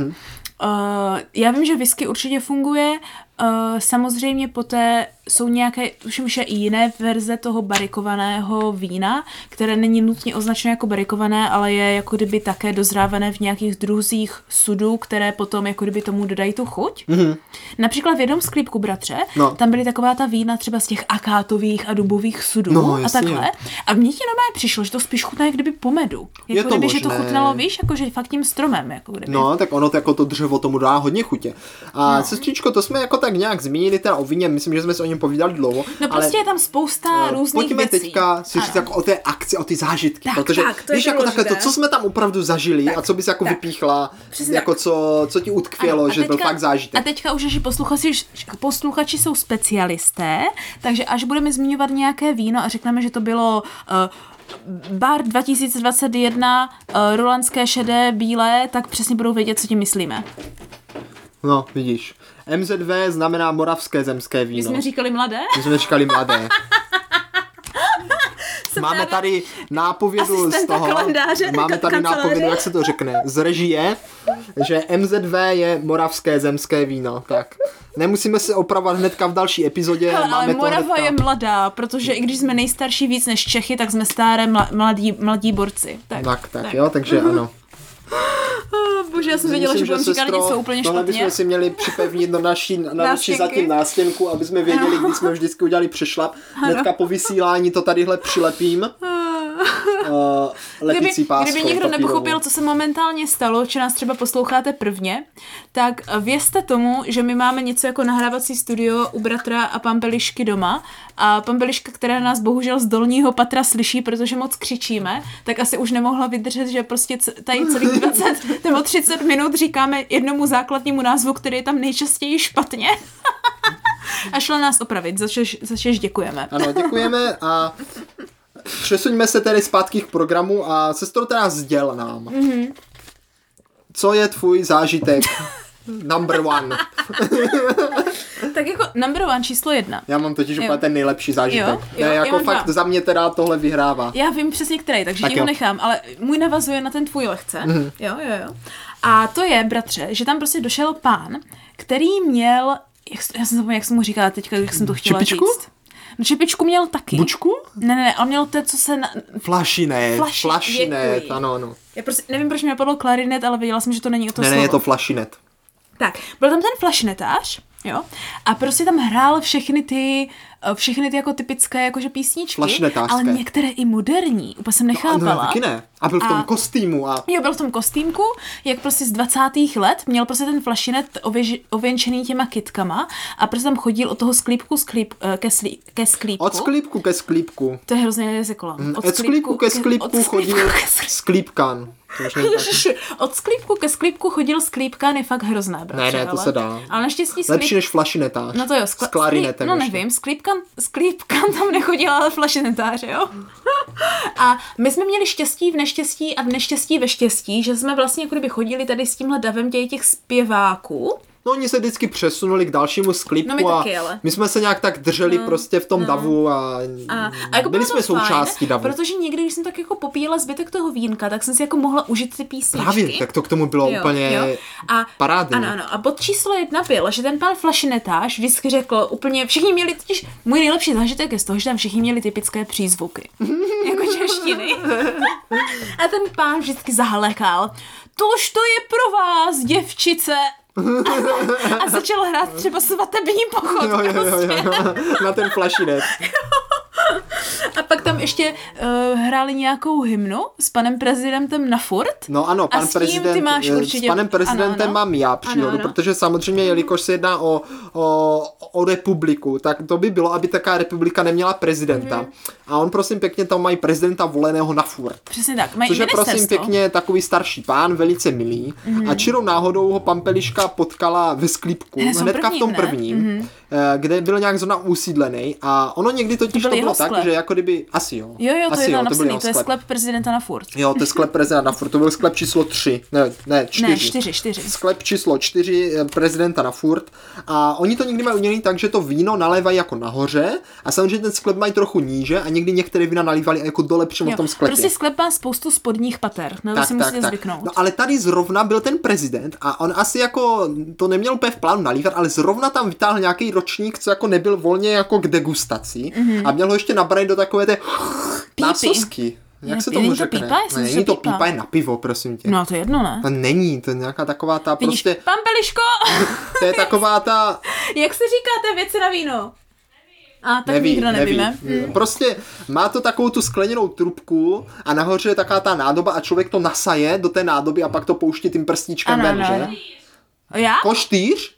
[SPEAKER 1] Já vím, že whisky určitě funguje. Samozřejmě poté jsou nějaké, už je i jiné verze toho barikovaného vína, které není nutně označené jako barikované, ale je jako kdyby také dozrávané v nějakých druzích sudů, které potom jako kdyby tomu dodají tu chuť. Například v jednom sklípku, bratře, tam byly taková ta vína třeba z těch akátových a dubových sudů a takhle. A mně ti normálně přišlo, že to spíš chutná jak kdyby po medu. Jako kdyby, že to chutnalo, víš, jako že fakt tím stromem. Jako kdyby.
[SPEAKER 2] No, tak ono to jako to dřevo tomu dá hodně chutě. A sestřičko, to jsme jako tak nějak zmínili teda o víně, myslím, že jsme se o něm povídali dlouho.
[SPEAKER 1] No prostě ale je tam spousta různých
[SPEAKER 2] pojďme
[SPEAKER 1] věcí.
[SPEAKER 2] Teďka si říct jako o té akci, o ty zážitky,
[SPEAKER 1] tak,
[SPEAKER 2] protože
[SPEAKER 1] to
[SPEAKER 2] víš jako takhle to, co jsme tam opravdu zažili tak, a co bys jako vypíchla, jako co ti utkvělo, že byl fakt zážitek.
[SPEAKER 1] A teďka už naši posluchači jsou specialisté, takže až budeme zmiňovat nějaké víno a řekneme, že to bylo Bar 2021 rolandské šedé bílé, tak přesně budou vědět, co tím myslíme.
[SPEAKER 2] No, vidíš. MZV znamená moravské zemské víno.
[SPEAKER 1] My jsme říkali mladé?
[SPEAKER 2] My jsme říkali mladé. Máme tady nápovědu z toho. Máme tady nápovědu, jak se to řekne, z režie, že MZV je moravské zemské víno. Tak. Nemusíme se opravovat hnedka v další epizodě.
[SPEAKER 1] Ale Morava je mladá, protože i když jsme nejstarší víc než Čechy, tak jsme staré mladí borci.
[SPEAKER 2] Tak, jo, takže ano.
[SPEAKER 1] Bože, já jsem věděla, že budeme říkat něco úplně špatně.
[SPEAKER 2] Tohle bychom si měli připevnit na naši zatím nástěnku, aby jsme věděli, kdy jsme vždycky udělali přešlap. Hnedka po vysílání to tadyhle přilepím. Lepicí páskou.
[SPEAKER 1] Kdyby někdo nepochopil, co se momentálně stalo, že nás třeba posloucháte prvně, tak vězte tomu, že my máme něco jako nahrávací studio u bratra a Pampelišky doma a Pampeliška, která nás bohužel z dolního patra slyší, protože moc křičíme, tak asi už nemohla vydržet, že prostě tady celých 20 nebo 30 minut říkáme jednomu základnímu názvu, který je tam nejčastěji špatně. A šla nás opravit, za což děkujeme.
[SPEAKER 2] Ano, děkujeme a přesuňme se tedy zpátky k programu a sestro teda sděl nám. Co je tvůj zážitek number one?
[SPEAKER 1] Tak jako number one, číslo 1.
[SPEAKER 2] Já mám totiž úplně ten nejlepší zážitek. Jo, jako fakt za mě teda tohle vyhrává.
[SPEAKER 1] Já vím přesně který, takže ti ho nechám, ale můj navazuje na ten tvůj lehce. Jo. A to je, bratře, že tam prostě došel pán, který měl, já jsem zapomněla, jak jsem mu říkala teďka, jak jsem to chtěla říct. No čepičku měl taky.
[SPEAKER 2] Bučku?
[SPEAKER 1] Ne, on měl to, co se...
[SPEAKER 2] Flašinet, ano.
[SPEAKER 1] Já prostě nevím, proč mi napadlo klarinet, ale věděla jsem, že to není o to slovo.
[SPEAKER 2] Ne, je to flašinet.
[SPEAKER 1] Tak, byl tam ten flašinetář, jo, a prostě tam hrál všechny ty jako typické jakože písničky, ale některé i moderní, úplně jsem nechápala.
[SPEAKER 2] No, taky ne. A byl v tom kostýmu.
[SPEAKER 1] Jo, byl v tom kostýmku, jak prostě z 20. let, měl prostě ten flašinet ověnčený těma kytkama a prostě tam chodil od toho sklípku ke sklípku.
[SPEAKER 2] Od sklípku ke sklípku.
[SPEAKER 1] To je hrozně jazykola.
[SPEAKER 2] Od sklípku ke sklípku chodil sklípkan.
[SPEAKER 1] Od sklípku ke sklípku chodil sklípkan, je fakt hrozné, bratře.
[SPEAKER 2] Ne, to se dá.
[SPEAKER 1] Ale naštěstí
[SPEAKER 2] lepší než flašinetář.
[SPEAKER 1] No to jo,
[SPEAKER 2] s klarinetem.
[SPEAKER 1] No nevím, sklípkan tam nechodil, ale flašinetář, jo. A my jsme měli štěstí v neštěstí a v neštěstí ve štěstí, že jsme vlastně jako kdyby chodili tady s tímhle davem těch zpěváků,
[SPEAKER 2] No oni se vždycky přesunuli k dalšímu sklípku
[SPEAKER 1] No my taky, ale.
[SPEAKER 2] my jsme se nějak tak drželi prostě v tom davu a
[SPEAKER 1] jako
[SPEAKER 2] byli jsme součástí davu.
[SPEAKER 1] Protože někdy, když jsem tak jako popíjela zbytek toho vínka, tak jsem si jako mohla užít ty písničky.
[SPEAKER 2] Právě, tak to k tomu bylo úplně parádní.
[SPEAKER 1] Ano. A bod číslo 1 byl, že ten pan flašinetář vždycky řekl úplně, všichni měli totiž, můj nejlepší zážitek je z toho, že tam všichni měli typické přízvuky. Jako češtiny. A ten pán vždycky zahlekal, tož to je pro vás, děvčice. A začal hrát třeba svatební pochod.
[SPEAKER 2] Jo. Na ten flašinet.
[SPEAKER 1] A pak tam ještě hráli nějakou hymnu s panem prezidentem na furt.
[SPEAKER 2] No ano, pan prezident,
[SPEAKER 1] ty máš určitě...
[SPEAKER 2] s panem prezidentem ano. Mám já příhodu, protože samozřejmě, jelikož se jedná o republiku, tak to by bylo, aby taká republika neměla prezidenta. A on prosím pěkně tam mají prezidenta voleného na furt.
[SPEAKER 1] Přesně tak, mají
[SPEAKER 2] což je prosím pěkně takový starší pán, velice milý. A čirou náhodou ho Pampeliška potkala ve sklípku, hnedka v tom prvním, kde byl nějak zrovna usídlený. A ono někdy totiž to bylo tak, že jako kdyby, asi jo.
[SPEAKER 1] Jo, to
[SPEAKER 2] asi
[SPEAKER 1] je
[SPEAKER 2] napsaný,
[SPEAKER 1] to je sklep prezidenta na furt.
[SPEAKER 2] Jo, to je sklep prezidenta na furt, to byl sklep číslo 3, ne 4. Sklep číslo 4 prezidenta na furt a oni to někdy mají umělý tak, že to víno nalévají jako nahoře a samozřejmě ten sklep mají trochu níže a někdy některé vína nalívali jako dole přímo v tom sklepě.
[SPEAKER 1] Prostě sklep má spoustu spodních pater, na to si musíte zvyknout.
[SPEAKER 2] No ale tady zrovna byl ten prezident a on asi jako to neměl úplně v plánu nalívat, ale zrovna tam vytáhl nějaký ročník, co jako nebyl volně jako k degustaci a měl ho ještě nabrat do takové té násosky. Jak se tomu řekne?
[SPEAKER 1] Pípa?
[SPEAKER 2] Není to pípa, je na pivo, prosím tě.
[SPEAKER 1] No to je jedno, ne?
[SPEAKER 2] To není, to je nějaká taková ta
[SPEAKER 1] vidíš,
[SPEAKER 2] prostě...
[SPEAKER 1] Pampeliško!
[SPEAKER 2] To je taková ta...
[SPEAKER 1] Jak se říká té věci na víno? A tak nikdo nevíme.
[SPEAKER 2] Prostě má to takovou tu skleněnou trubku a nahoře je taková ta nádoba a člověk to nasaje do té nádoby a pak to pouští tím prstíčkem ven, že?
[SPEAKER 1] Já?
[SPEAKER 2] Koštýř?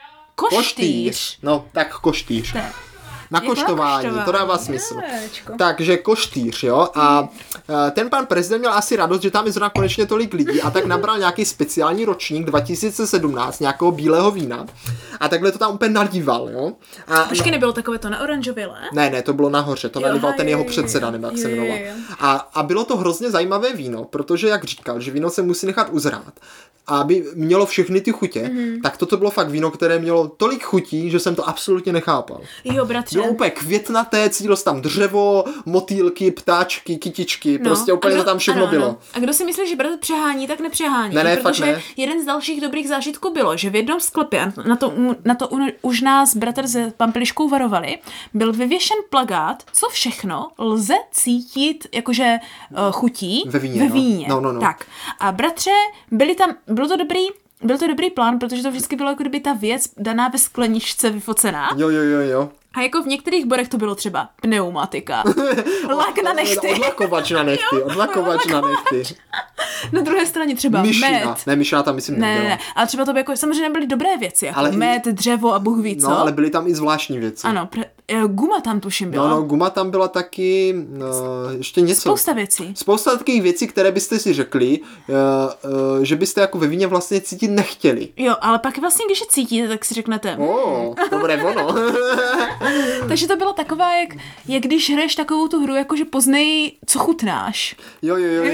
[SPEAKER 1] Koštýř.
[SPEAKER 2] No, tak koštýř. Na koštování, to dává smysl. Takže koštýř, jo, a ten pan prezident měl asi radost, že tam je zrovna konečně tolik lidí a tak nabral nějaký speciální ročník 2017, nějakého bílého vína a takhle to tam úplně nalíval, jo. A
[SPEAKER 1] počkej, nebylo takové to na oranžovilé?
[SPEAKER 2] Ne, to bylo nahoře, to nalíval ten jeho předseda, nebo jak se jmenoval. A bylo to hrozně zajímavé víno, protože jak říkal, že víno se musí nechat uzrát. A aby mělo všechny ty chutě, tak toto bylo fakt víno, které mělo tolik chutí, že jsem to absolutně nechápal.
[SPEAKER 1] Jo, bratře.
[SPEAKER 2] Bylo úplně květnaté, cítilo se tam dřevo, motýlky, ptáčky, kytičky, prostě úplně to tam všechno bylo.
[SPEAKER 1] A kdo si myslí, že bratr přehání, tak nepřehání.
[SPEAKER 2] Ne,
[SPEAKER 1] protože
[SPEAKER 2] fakt ne.
[SPEAKER 1] Jeden z dalších dobrých zážitků bylo, že v jednom sklepě, na to už nás bratr s Pampeliškou varovali, byl vyvěšen plakát, co všechno lze cítit jakože chutí ve víně.
[SPEAKER 2] No.
[SPEAKER 1] Tak. A bratře, byl to dobrý plán, protože to vždycky bylo jako kdyby ta věc daná ve skleničce vyfocená.
[SPEAKER 2] Jo.
[SPEAKER 1] A jako v některých bodech to bylo třeba pneumatika, lak na nechty.
[SPEAKER 2] Odlakovač na nechty.
[SPEAKER 1] Na druhé straně třeba
[SPEAKER 2] myšina.
[SPEAKER 1] med.
[SPEAKER 2] Ne, myšina tam myslím nebyla.
[SPEAKER 1] Ne, ale třeba to by jako samozřejmě byly dobré věci, jako ale med, dřevo a Bůh ví co.
[SPEAKER 2] No, ale byly tam i zvláštní věci.
[SPEAKER 1] Ano, guma tam tuším byla.
[SPEAKER 2] No, guma tam byla taky, ještě něco. Spousta takových věcí, které byste si řekli, že byste jako ve víně vlastně cítit nechtěli.
[SPEAKER 1] Jo, ale pak vlastně, když je cítíte, tak si řeknete.
[SPEAKER 2] Dobré ono.
[SPEAKER 1] Takže to bylo taková, jak když hraješ takovou tu hru, jakože poznej, co chutnáš.
[SPEAKER 2] Jo.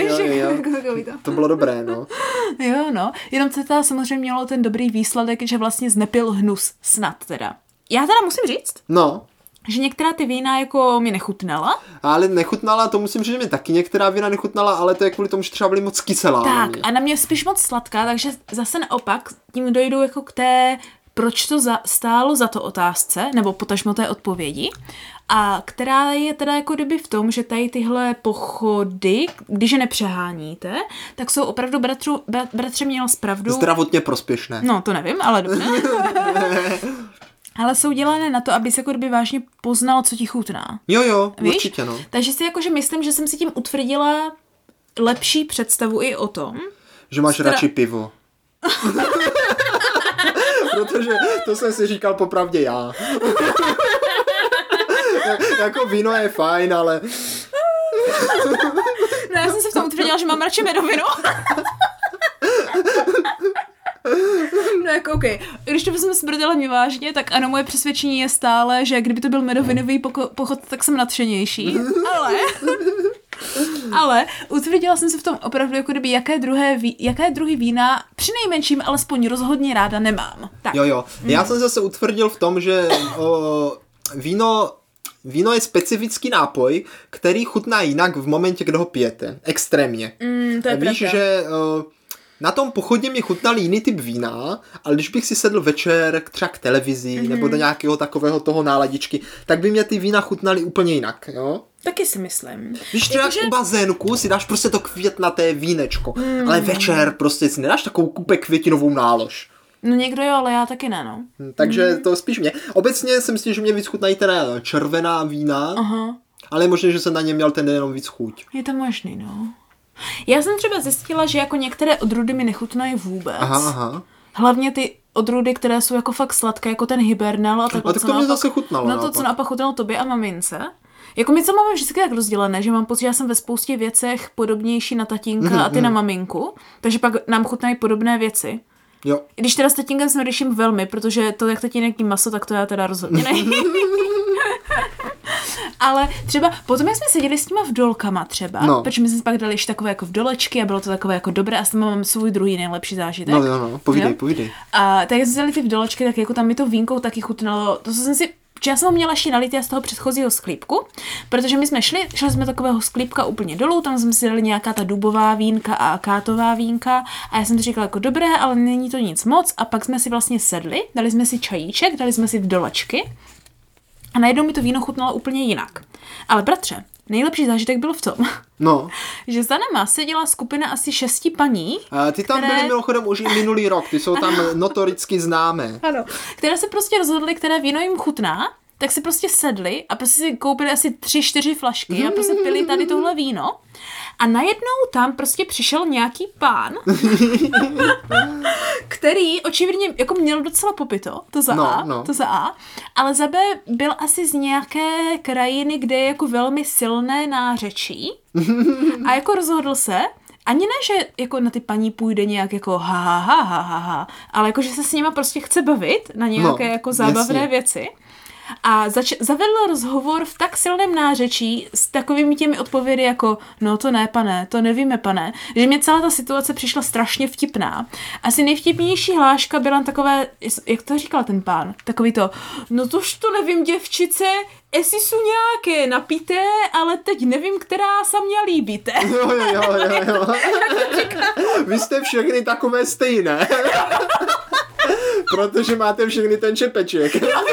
[SPEAKER 2] To bylo dobré, no.
[SPEAKER 1] Jo, no. Jenom to samozřejmě mělo ten dobrý výsledek, že vlastně znepil hnus snad teda. Já teda musím říct.
[SPEAKER 2] No.
[SPEAKER 1] Že některá ty vína jako mi nechutnala.
[SPEAKER 2] Ale nechutnala, to musím říct, že mi taky některá vína nechutnala, ale to je kvůli tomu, že třeba byly moc kyselá.
[SPEAKER 1] Tak, a na mě spíš moc sladká, takže zase naopak tím dojdu jako k té, proč to stálo za to otázce, nebo potažmo té odpovědi. A která je teda jako kdyby v tom, že tady tyhle pochody, když je nepřeháníte, tak jsou opravdu bratře měl zpravdu...
[SPEAKER 2] Zdravotně prospěšné.
[SPEAKER 1] No, to nevím, ale dobře. Ale jsou dělané na to, aby se jako kdyby vážně poznal, co ti chutná.
[SPEAKER 2] Jo, víš? Určitě, no.
[SPEAKER 1] Takže si jakože myslím, že jsem si tím utvrdila lepší představu i o tom.
[SPEAKER 2] Že máš radši pivo. Protože to jsem si říkal popravdě já. Jako víno je fajn, ale...
[SPEAKER 1] No já jsem se v tom utvrdila, že mám radši medovinu. No jako okej. Když to bychom zbrdili mě vážně, tak ano, moje přesvědčení je stále, že kdyby to byl medovinový pochod, tak jsem nadšenější. Ale... Ale utvrdila jsem se v tom opravdu, jako kdyby jaké druhy vína přinejmenším alespoň rozhodně ráda nemám. Tak.
[SPEAKER 2] Jo. Já jsem zase utvrdil v tom, že víno je specifický nápoj, který chutná jinak v momentě, kdy ho pijete. Extrémně.
[SPEAKER 1] To je
[SPEAKER 2] Víš,
[SPEAKER 1] pravda.
[SPEAKER 2] že na tom pochodě mě chutnal jiný typ vína, ale když bych si sedl večer třeba k televizi nebo do nějakého takového toho náladičky, tak by mě ty vína chutnaly úplně jinak, jo?
[SPEAKER 1] Taky si myslím.
[SPEAKER 2] Když třeba u bazénku si dáš prostě to květnaté vínečko, ale večer prostě si nedáš takovou kupě květinovou nálož.
[SPEAKER 1] No někdo jo, ale já taky ne, no.
[SPEAKER 2] Takže to spíš mě. Obecně si myslím, že mě víc chutnají teda červená vína, ale je možné, že jsem na ně měl ten jenom víc chuť.
[SPEAKER 1] Je to možný, no. Já jsem třeba zjistila, že jako některé odrůdy mi nechutnají vůbec.
[SPEAKER 2] Aha.
[SPEAKER 1] Hlavně ty odrůdy, které jsou jako fakt sladké, jako ten hibernal a takhle.
[SPEAKER 2] A tak to mě zase chutnalo.
[SPEAKER 1] No to, co naopak chutnalo tobě a mamince. Jako my co máme vždycky tak rozdělené, že mám pocit, že já jsem ve spoustě věcech podobnější na tatínka a ty na maminku, takže pak nám chutnají podobné věci.
[SPEAKER 2] Jo.
[SPEAKER 1] Když teda s tatínkem jsme řeším velmi, protože to, jak tatínek jí maso, tak to já teda rozhodně nejím. Ale třeba potom, jak jsme seděli s těma vdolkama třeba, protože my jsme pak dali ještě takové jako vdolečky a bylo to takové jako dobré a s tím mám svůj druhý nejlepší zážitek.
[SPEAKER 2] No, povídej.
[SPEAKER 1] A tak jsme dali ty vdolečky, tak jako tam mi to vínkou taky chutnalo, to jsem si já jsem ho měla ještě nalitý z toho předchozího sklípku, protože my jsme šli jsme takového sklípka úplně dolů, tam jsme si dali nějaká ta dubová vínka a akátová vínka a já jsem si říkala jako dobré, ale není to nic moc a pak jsme si vlastně sedli, dali jsme si čajíček, dali jsme si vdolečky a najednou mi to víno chutnalo úplně jinak. Ale bratře, nejlepší zážitek byl v tom, že za náma seděla skupina asi 6 paní.
[SPEAKER 2] Ty tam byly mimochodem už i minulý rok, ty jsou tam notoricky známé.
[SPEAKER 1] Ano, které se prostě rozhodly, které víno jim chutná, tak si prostě sedli a prostě si koupili asi 3-4 flašky a prostě pili tady tohle víno. A najednou tam prostě přišel nějaký pán, který očividně jako měl docela popito, to za A, ale za B byl asi z nějaké krajiny, kde je jako velmi silné nářečí a jako rozhodl se, ani ne, že jako na ty paní půjde nějak jako ha, ale jako, že se s nima prostě chce bavit na nějaké jako zábavné věci. A zavedl rozhovor v tak silném nářečí s takovými těmi odpovědy jako no to ne, pane, to nevíme, pane, že mě celá ta situace přišla strašně vtipná. Asi nejvtipnější hláška byla takové, jak to říkal ten pán, takový to, no tož to nevím, děvčice, jestli jsou nějaké napité, ale teď nevím, která se mě líbíte.
[SPEAKER 2] Jo. Vy jste všechny takové stejné. Protože máte všechny ten čepeček.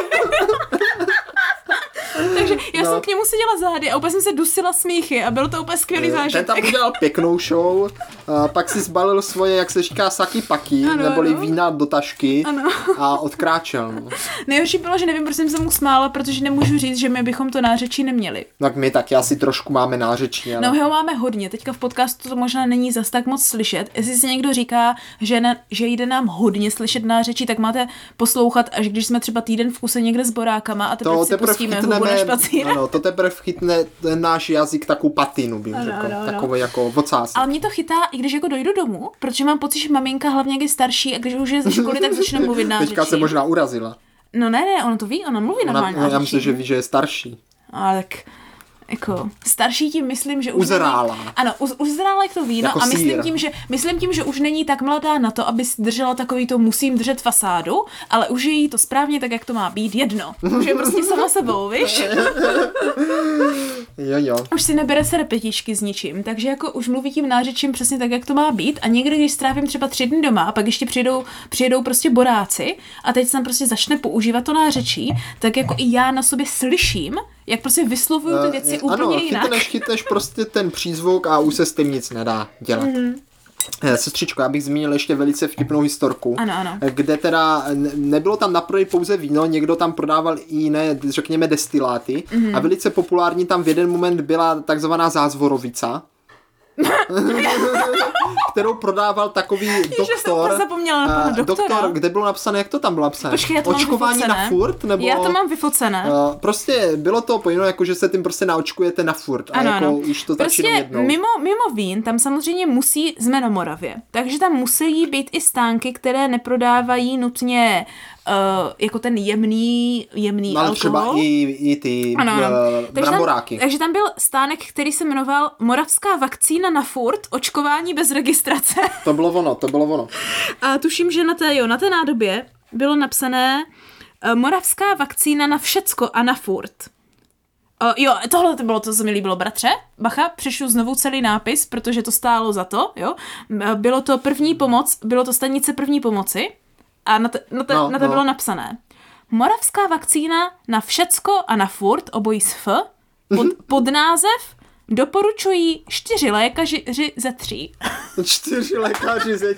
[SPEAKER 1] Takže já jsem k němu seděla zády a úplně jsem se dusila smíchy a bylo to úplně skvělý zážitek.
[SPEAKER 2] Ten tam udělal pěknou show, pak si zbalil svoje, jak se říká, saky paky, neboli vína do tašky a odkráčel. No.
[SPEAKER 1] Nejhorší bylo, že nevím, proč jsem se mu smála, protože nemůžu říct, že my bychom to nářečí neměli.
[SPEAKER 2] Tak my taky asi trošku máme nářečí. Ale...
[SPEAKER 1] No my ho máme hodně, teďka v podcastu to možná není zas tak moc slyšet. Jestli si někdo říká, že jde nám hodně slyšet nářečí, tak máte poslouchat, až když jsme třeba týden v kuse někde s borákama a teprve si pustíme hubu na špacír.
[SPEAKER 2] Ano, to teprve chytne ten náš jazyk takovou patinu, bych řekl. Takový jako ocásek.
[SPEAKER 1] Ale mě to chytá, i když jako dojdu domů, protože mám pocit, že maminka hlavně jak je starší a když už je ze školy, tak začne mluvit nářečí.
[SPEAKER 2] Teďka se možná urazila.
[SPEAKER 1] No ne, ona to ví, ona mluví normálně nářečí.
[SPEAKER 2] Já myslím, že ví, že je starší.
[SPEAKER 1] Ale tak jako starší tím myslím, že už
[SPEAKER 2] uzrála.
[SPEAKER 1] Ano, uzrála jak to víno jako a myslím tím, že už není tak mladá na to, aby si držela takový to musím držet fasádu, ale už je jí to správně tak, jak to má být jedno. Už je prostě sama sebou, víš?
[SPEAKER 2] Jo.
[SPEAKER 1] Už si nebere se repetičky s ničím, takže jako už mluví tím nářečím přesně tak, jak to má být a někdy, když strávím třeba 3 dny doma a pak ještě přijedou prostě boráci a teď jsem prostě začne používat to nářečí, tak jako i já na sobě slyším, jak prostě vyslovuju ty věci úplně jinak.
[SPEAKER 2] Ano, chytneš prostě ten přízvuk a už se s tím nic nedá dělat. Sestřičko, já bych zmínil ještě velice vtipnou historku,
[SPEAKER 1] ano.
[SPEAKER 2] kde teda nebylo tam na prodej pouze víno, někdo tam prodával i jiné, řekněme, destiláty a velice populární tam v jeden moment byla takzvaná zázvorovica, kterou prodával takový doktor, kde bylo napsané, jak to tam bylo napsané?
[SPEAKER 1] Počkej,
[SPEAKER 2] očkování na furt? Nebo,
[SPEAKER 1] já to mám vyfocené.
[SPEAKER 2] Prostě bylo to pojino, jako že se tím prostě naočkujete na furt. A jako už to
[SPEAKER 1] prostě
[SPEAKER 2] jednou.
[SPEAKER 1] Mimo vín, tam samozřejmě musí, jsme na Moravě, takže tam musí být i stánky, které neprodávají nutně jako ten jemný
[SPEAKER 2] ale
[SPEAKER 1] alkohol.
[SPEAKER 2] třeba i ty bramboráky.
[SPEAKER 1] Takže tam byl stánek, který se jmenoval Moravská vakcína na furt, očkování bez registrace.
[SPEAKER 2] To bylo ono.
[SPEAKER 1] A tuším, že na té nádobě bylo napsané Moravská vakcína na všecko a na furt. Jo, tohle to bylo to, co mi líbilo, bratře. Bacha, přešlu znovu celý nápis, protože to stálo za to, jo. Bylo to první pomoc, bylo to stanice první pomoci a na to bylo napsané Moravská vakcína na všecko a na furt, obojí s F, pod název doporučují 4 lékaři ze 3.
[SPEAKER 2] 4 lékaři ze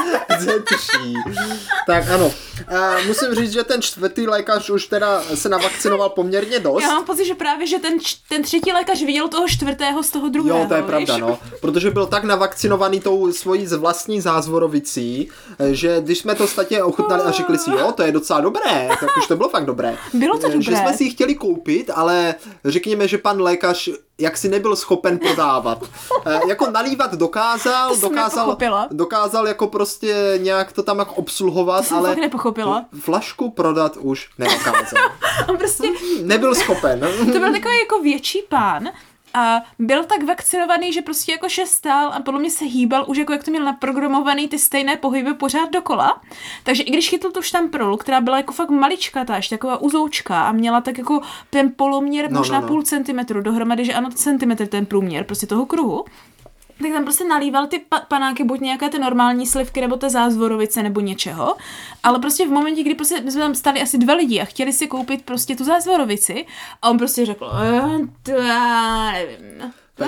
[SPEAKER 2] 3. Tak ano. Musím říct, že ten 4. lékař už teda se navakcinoval poměrně dost.
[SPEAKER 1] Já mám pocit, že právě, že ten 3. lékař viděl toho 4. z toho 2.
[SPEAKER 2] Jo, to je pravda, no. Protože byl tak navakcinovaný tou svojí vlastní zázvorovicí, že když jsme to statě ochutnali a řekli si, jo, to je docela dobré, tak už to bylo fakt dobré.
[SPEAKER 1] Bylo to dobré.
[SPEAKER 2] Že jsme si ji chtěli koupit, ale řekněme, že pan lékař jak si nebyl schopen prodávat. Jako nalívat dokázal jako prostě nějak to tam jako obsluhovat,
[SPEAKER 1] to ale fakt nepochopila.
[SPEAKER 2] Flašku prodat už nedokázal.
[SPEAKER 1] On prostě
[SPEAKER 2] nebyl schopen.
[SPEAKER 1] To byl takový jako větší pán a byl tak vakcinovaný, že prostě jako stál a podle mě se hýbal už jako jak to měl naprogramovaný ty stejné pohyby pořád dokola. Takže i když chytl tu štamprolu, která byla jako fakt maličkatá, ještě taková uzoučka a měla tak jako ten poloměr možná půl centimetru dohromady, že ano, centimetr ten průměr prostě toho kruhu, tak tam prostě nalíval ty panáky, buď nějaké ty normální slivky, nebo té zázvorovice, nebo něčeho, ale prostě v momentě, kdy prostě my jsme tam stali asi 2 lidi a chtěli si koupit prostě tu zázvorovici a on prostě řekl, to já nevím.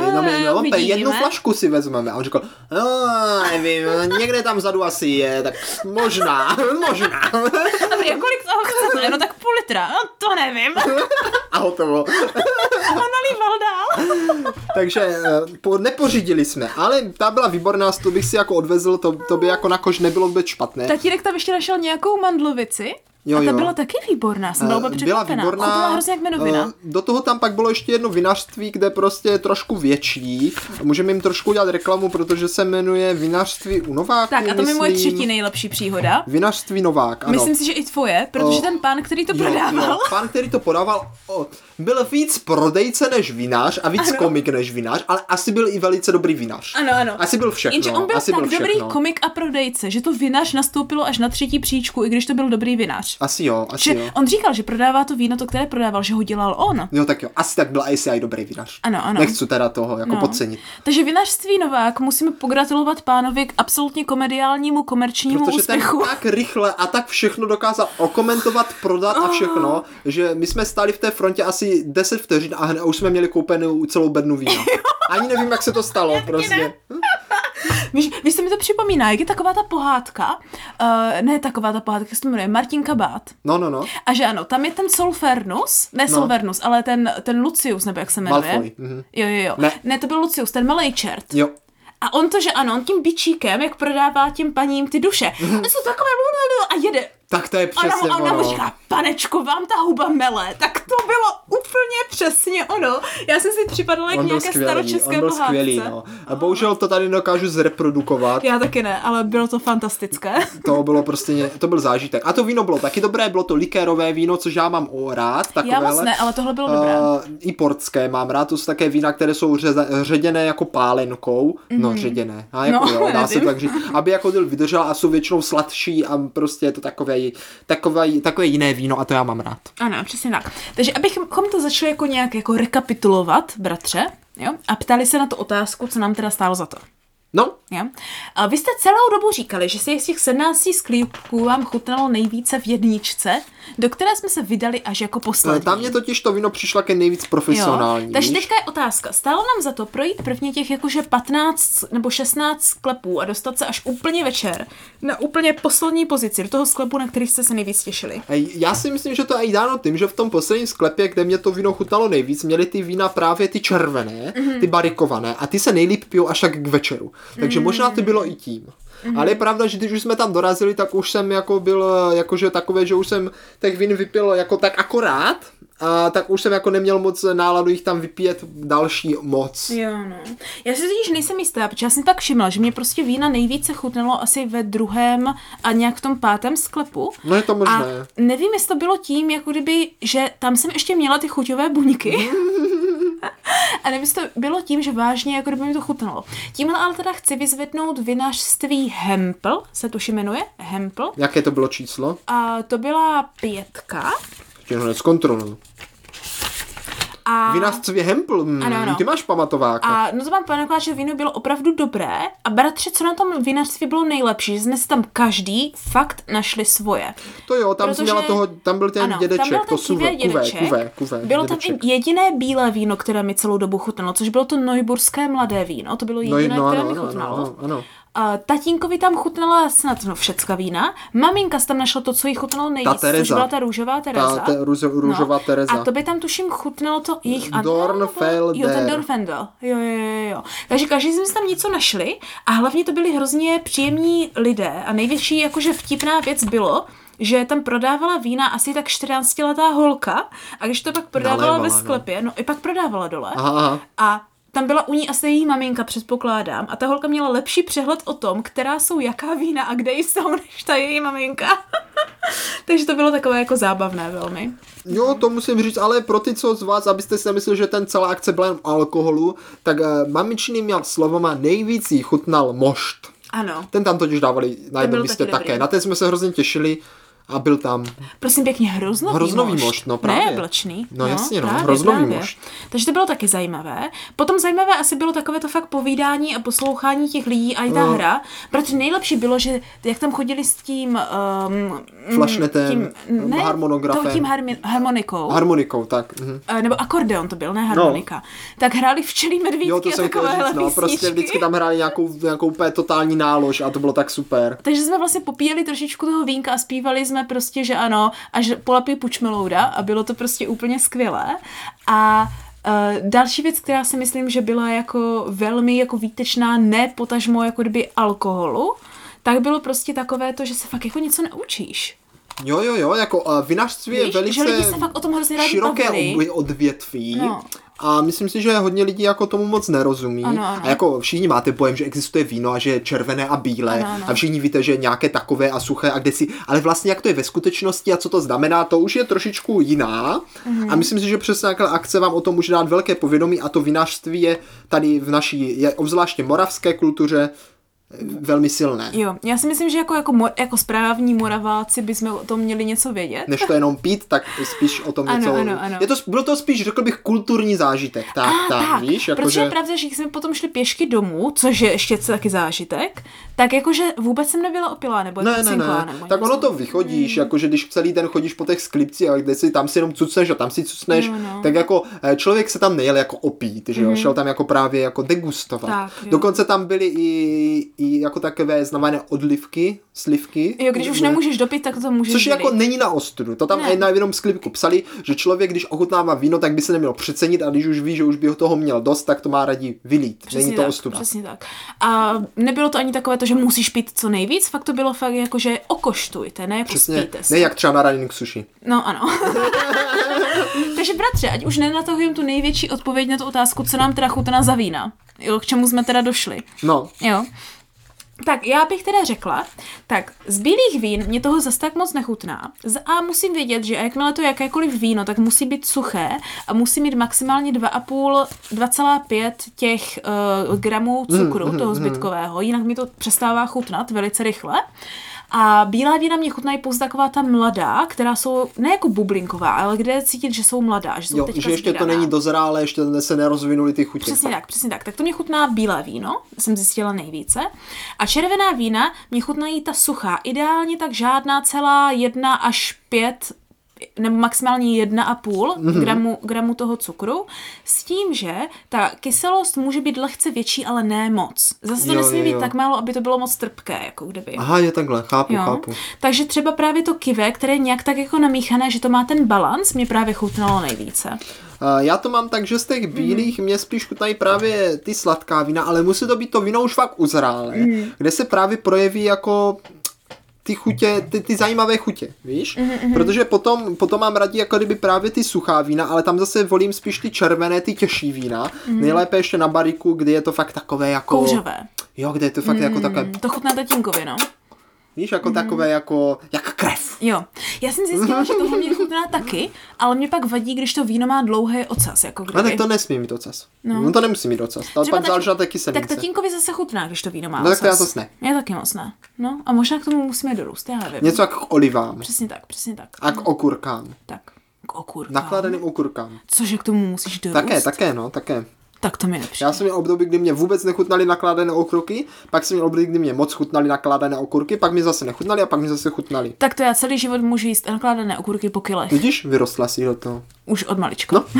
[SPEAKER 2] Jednu flašku si vezmeme. A on řekl, nevím, někde tam vzadu asi je, tak možná.
[SPEAKER 1] A kolik toho chcete? No tak půl litra, no to nevím.
[SPEAKER 2] A hotovo.
[SPEAKER 1] A on nalíval dál.
[SPEAKER 2] Takže nepořídili jsme, ale ta byla výborná, to bych si jako odvezl, to by jako na kož nebylo vůbec špatné.
[SPEAKER 1] Tatírek tam ještě našel nějakou mandlovici. A ta byla taky výborná, jsem byla překvapená. Chutnala hrozně jak menovina.
[SPEAKER 2] Do toho tam pak bylo ještě jedno vinařství, kde prostě je trošku větší. Můžeme jim trošku udělat reklamu, protože se jmenuje Vinařství u Nováku.
[SPEAKER 1] Tak a to je moje 3. nejlepší příhoda.
[SPEAKER 2] Vinařství Novák, ano.
[SPEAKER 1] Myslím si, že i tvoje, protože ten pán, který to prodával.
[SPEAKER 2] Pán, který to podával, byl víc prodejce než vinař a víc komik než vinař, ale asi byl i velice dobrý vinař.
[SPEAKER 1] Ano.
[SPEAKER 2] Asi byl všechno.
[SPEAKER 1] Jenže on byl tak dobrý komik a prodejce, že to vinař nastoupilo až na 3. příčku, i když to byl dobrý vinař.
[SPEAKER 2] Asi jo.
[SPEAKER 1] On říkal, že prodává to víno, to které prodával, že ho dělal on.
[SPEAKER 2] Jo, tak jo. Asi tak byl i dobrý vinař.
[SPEAKER 1] Ano.
[SPEAKER 2] Nechci teda toho jako podcenit.
[SPEAKER 1] Takže Vinařství Novák musíme pogratulovat pánovi k absolutně komediálnímu komerčnímu úspěchu.
[SPEAKER 2] Protože ten tak rychle a tak všechno dokázal okomentovat, prodat a všechno, že my jsme stáli v té frontě asi 10 vteřin a už jsme měli koupenou celou bednu vína. Ani nevím, jak se to stalo, prostě.
[SPEAKER 1] Víš, co mi to připomíná, jak je taková ta pohádka, jak se to jmenuje, Martin Kabát.
[SPEAKER 2] No.
[SPEAKER 1] A že ano, tam je ten Solfernus, Solvernus, ale ten Lucius, nebo jak se jmenuje.
[SPEAKER 2] Malfoy.
[SPEAKER 1] Jo. Ne, to byl Lucius, ten malej čert.
[SPEAKER 2] Jo.
[SPEAKER 1] A on on tím bičíkem, jak prodává těm paním ty duše. To jsou takové a jede.
[SPEAKER 2] Tak to je přesně ono.
[SPEAKER 1] Ona mu říká, panečko, vám ta huba mele. Tak to bylo úplně přesně ono. Já jsem si připadala jak nějaké staročeské pohádce.
[SPEAKER 2] On byl skvělý, no. A bohužel to tady nedokážu zreprodukovat.
[SPEAKER 1] Já taky ne, ale bylo to fantastické.
[SPEAKER 2] To byl zážitek. A to víno bylo taky dobré, bylo to likérové víno, což já mám rád.
[SPEAKER 1] Já moc ne, ale tohle bylo dobré.
[SPEAKER 2] I portské mám rád, to jsou také vína, které jsou ředěné jako pálenkou. No, ředěné. A jako jo, dá se tak říct. Aby jako dill vydržel a jsou většinou sladší a prostě je to takové jiné víno a to já mám rád.
[SPEAKER 1] Ano, přesně tak. Takže abychom to začali jako nějak jako rekapitulovat, bratře, jo? A ptali se na tu otázku, co nám teda stálo za to.
[SPEAKER 2] No.
[SPEAKER 1] Jo? A vy jste celou dobu říkali, že si z těch 17 sklípků vám chutnalo nejvíce v jedničce, do které jsme se vydali až jako poslední.
[SPEAKER 2] Tam mě totiž to víno přišlo ke nejvíc profesionální.
[SPEAKER 1] Takže teďka je otázka. Stálo nám za to projít prvně těch jakože 15 nebo 16 sklepů a dostat se až úplně večer na úplně poslední pozici, do toho sklepu, na který jste se nejvíc těšili.
[SPEAKER 2] Já si myslím, že to je i dáno tím, že v tom posledním sklepě, kde mě to víno chutnalo nejvíc, měly ty vína právě ty červené, ty barikované a ty se nejlíp pijou až tak k večeru. Takže možná to bylo i tím. Ale je pravda, že když už jsme tam dorazili, tak už jsem jako byl jakože takové, že už jsem těch vín vypil jako tak akorát, a tak už jsem jako neměl moc náladu jich tam vypít další moc.
[SPEAKER 1] Jo, no. Já si totiž nejsem jistá, protože já jsem tak všimla, že mě prostě vína nejvíce chutnalo asi ve druhém a nějak v tom pátém sklepu.
[SPEAKER 2] No je to možné.
[SPEAKER 1] A nevím, jestli to bylo tím, jako kdyby, že tam jsem ještě měla ty chuťové buňky. A nevím, jestli to bylo tím, že vážně, jako kdyby mi to chutnalo. Tímhle ale teda chci vyzvednout vinařství Hempel, se tuž jmenuje, Hempel.
[SPEAKER 2] Jaké to bylo číslo?
[SPEAKER 1] A to byla 5.
[SPEAKER 2] Ještě hned zkontroluji.
[SPEAKER 1] A...
[SPEAKER 2] Vinařství Hempel,
[SPEAKER 1] ano.
[SPEAKER 2] Ty máš pamatováka.
[SPEAKER 1] A no to mám pamatovat, že víno bylo opravdu dobré a bratře, co na tom vinařství bylo nejlepší, že jsme si tam každý fakt našli svoje.
[SPEAKER 2] To jo, tam protože... měla toho, tam byl ten
[SPEAKER 1] ano,
[SPEAKER 2] dědeček,
[SPEAKER 1] tam byl
[SPEAKER 2] to kuvé.
[SPEAKER 1] Bylo
[SPEAKER 2] dědeček.
[SPEAKER 1] tam i jediné bílé víno, které mi celou dobu chutnalo, což bylo to Neuburské mladé víno, to bylo jediné, které mi chutnalo.
[SPEAKER 2] Ano.
[SPEAKER 1] Tatínkovi tam chutnala snad všecka vína. Maminka tam našla to, co jí chutnalo nejvíc, což byla ta růžová Tereza.
[SPEAKER 2] Růžová Tereza.
[SPEAKER 1] A to by tam tuším chutnalo to jejich
[SPEAKER 2] Dornfelder.
[SPEAKER 1] Jo, ten Dornfelder. Jo. Takže každý jsme tam něco našli a hlavně to byli hrozně příjemní lidé a největší jakože vtipná věc bylo, že tam prodávala vína asi tak 14letá holka a když to pak prodávala ve sklepě, no i pak prodávala dole.
[SPEAKER 2] Aha.
[SPEAKER 1] A tam byla u ní asi její maminka, předpokládám. A ta holka měla lepší přehled o tom, která jsou jaká vína a kde jsou, než ta její maminka. Takže to bylo takové jako zábavné velmi.
[SPEAKER 2] Jo, to musím říct, ale pro ty, co z vás, abyste si nemysleli, že ten celá akce byla jen o alkoholu, tak mamičným slovama nejvíc jí chutnal mošt.
[SPEAKER 1] Ano.
[SPEAKER 2] Ten tam totiž dávali na jednom místě také. Na ten jsme se hrozně těšili. A byl tam...
[SPEAKER 1] Prosím pěkně, hroznový mošt.
[SPEAKER 2] No právě.
[SPEAKER 1] Ne jablečný.
[SPEAKER 2] No jasně, no, hroznový mošt.
[SPEAKER 1] Takže to bylo taky zajímavé. Potom zajímavé asi bylo takové to fakt povídání a poslouchání těch lidí a i ta hra, protože nejlepší bylo, že jak tam chodili s tím...
[SPEAKER 2] Flašnetem, harmonografem.
[SPEAKER 1] Tím harmonikou.
[SPEAKER 2] Harmonikou, tak.
[SPEAKER 1] Nebo akordeon to byl, ne harmonika. No. Tak hráli včelí medvídky
[SPEAKER 2] jo, to
[SPEAKER 1] a takovéhle
[SPEAKER 2] no, prostě vždycky tam hráli nějakou úplně totální nálož a to bylo tak super.
[SPEAKER 1] Takže jsme vlastně popíjeli trošičku toho vínka a zpívali jsme prostě, že ano, až polepí pučmelouda a bylo to prostě úplně skvělé. A další věc, která si myslím, že byla jako velmi jako výtečná, ne potažmo jako kdyby alkoholu, tak bylo prostě takové to, že se fakt jako něco naučíš.
[SPEAKER 2] Jo, jako vinařství je velice
[SPEAKER 1] že lidi se fakt o tom hrozně rádi
[SPEAKER 2] široké
[SPEAKER 1] bavili.
[SPEAKER 2] odvětví.
[SPEAKER 1] No.
[SPEAKER 2] A myslím si, že hodně lidí jako tomu moc nerozumí.
[SPEAKER 1] Ano.
[SPEAKER 2] A jako všichni máte pojem, že existuje víno a že je červené a bílé.
[SPEAKER 1] Ano.
[SPEAKER 2] A všichni víte, že je nějaké takové a suché a kdesi. Ale vlastně jak to je ve skutečnosti a co to znamená, to už je trošičku jiná. A myslím si, že přesně nějaká akce vám o tom může dát velké povědomí a to vinařství je tady v naší, obzvláště moravské kultuře, velmi silné.
[SPEAKER 1] Jo, já si myslím, že jako správní Moraváci bychom o tom měli něco vědět.
[SPEAKER 2] Než to jenom pít, tak spíš o tom něco...
[SPEAKER 1] Ano.
[SPEAKER 2] Bylo to spíš, řekl bych, kulturní zážitek. Tak, víš? Jako
[SPEAKER 1] protože je pravda, že jsme potom šli pěšky domů, což je ještě taky zážitek, tak jakože vůbec jsem nebyla opilá, nebo
[SPEAKER 2] ne. Tak ono to vychodíš, jakože když celý den chodíš po těch sklipcích a kde si tam si jenom cucneš a tam si cucneš, tak jako člověk se tam nejel jako opít, že jo? Šel tam jako právě jako degustovat.
[SPEAKER 1] Tak,
[SPEAKER 2] dokonce tam byly i jako takové znamené odlivky, slivky.
[SPEAKER 1] Jo, když už nemůžeš dopít, tak to můžeš.
[SPEAKER 2] Což jako není na ostudu. To tam na jednom sklipku psali, že člověk, když ochutnává víno, tak by se neměl přecenit a když už ví, že už by toho měl dost, tak to má raději vylít.
[SPEAKER 1] Přesně
[SPEAKER 2] není to
[SPEAKER 1] tak,
[SPEAKER 2] ostuda.
[SPEAKER 1] Přesně tak. A nebylo to ani takové to, že musíš pít co nejvíc, fakt to bylo fakt jako, že okoštujte, ne jako
[SPEAKER 2] přesně,
[SPEAKER 1] spíte se.
[SPEAKER 2] ne jak třeba na ranění k suši.
[SPEAKER 1] No ano. Takže bratře, ať už nenatahujem tu největší odpověď na tu otázku, co nám teda chutná za vína. Jo, k čemu jsme teda došli.
[SPEAKER 2] No.
[SPEAKER 1] Jo. Tak já bych teda řekla, tak z bílých vín mě toho zas tak moc nechutná. A musím vědět, že jakmile to jakékoliv víno, tak musí být suché a musí mít maximálně 2,5 těch gramů cukru, toho zbytkového, jinak mi to přestává chutnat velice rychle. A bílá vína mě chutnají pouze taková ta mladá, která jsou ne jako bublinková, ale kde je cítit, že jsou mladá, že jsou teďka
[SPEAKER 2] že ještě
[SPEAKER 1] sbíraná.
[SPEAKER 2] to není dozrálé, ještě se nerozvinuly ty chutě.
[SPEAKER 1] Přesně tak. Tak to mě chutná bílé víno, jsem zjistila nejvíce. A červená vína mě chutnají ta suchá, ideálně tak žádná celá 1 až 5 nebo maximálně 1,5 gramu toho cukru, s tím, že ta kyselost může být lehce větší, ale ne moc. Zase to nesmí být tak málo, aby to bylo moc trpké, jako kdyby.
[SPEAKER 2] Aha, je takhle, chápu.
[SPEAKER 1] Takže třeba právě to kivé, které je nějak tak jako namíchané, že to má ten balans, mě právě chutnalo nejvíce.
[SPEAKER 2] Já to mám tak, že z těch bílých mě spíš chutnají právě ty sladká vína, ale musí to být to víno už fakt uzrálé, kde se právě projeví jako ty chutě, ty zajímavé chutě, víš? Protože potom mám radí jako kdyby právě ty suchá vína, ale tam zase volím spíš ty červené, ty těžší vína. Nejlépe ještě na bariku, kdy je to fakt takové jako...
[SPEAKER 1] Kouřové.
[SPEAKER 2] Jo, kde je to fakt jako takové...
[SPEAKER 1] To chutná tatínkovi, no.
[SPEAKER 2] Víš, jako takové jako... jak krev.
[SPEAKER 1] Jo. Já jsem zjistila, že tohle mě chutná taky, ale mě pak vadí, když to víno má dlouhý ocas, jako kdyby.
[SPEAKER 2] No tak to nesmí mít ocas. No to nemusí mít ocas. To pak záleží na té kyselince.
[SPEAKER 1] Tak tatínkovi zase chutná, když to víno má
[SPEAKER 2] no,
[SPEAKER 1] ocas.
[SPEAKER 2] Tak to já zase ne.
[SPEAKER 1] Já taky moc ne. No a možná k tomu musíme dorůst, já nevím.
[SPEAKER 2] Něco jako k olivám.
[SPEAKER 1] Přesně tak, přesně tak.
[SPEAKER 2] A k okurkám.
[SPEAKER 1] Tak, k okurkám.
[SPEAKER 2] Nakladeným okurkám.
[SPEAKER 1] Cože k tomu musíš dorůst?
[SPEAKER 2] Také.
[SPEAKER 1] Tak to mi nepřijde.
[SPEAKER 2] Já jsem měl období, kdy mě vůbec nechutnaly nakladené okurky, pak jsem měl období, kdy mě moc chutnaly nakladené okurky, pak mi zase nechutnaly a pak mi zase chutnaly.
[SPEAKER 1] Tak to já celý život můžu jíst nakládané okurky po kilech.
[SPEAKER 2] Vidíš, vyrostla si do toho.
[SPEAKER 1] Už od malička.
[SPEAKER 2] No.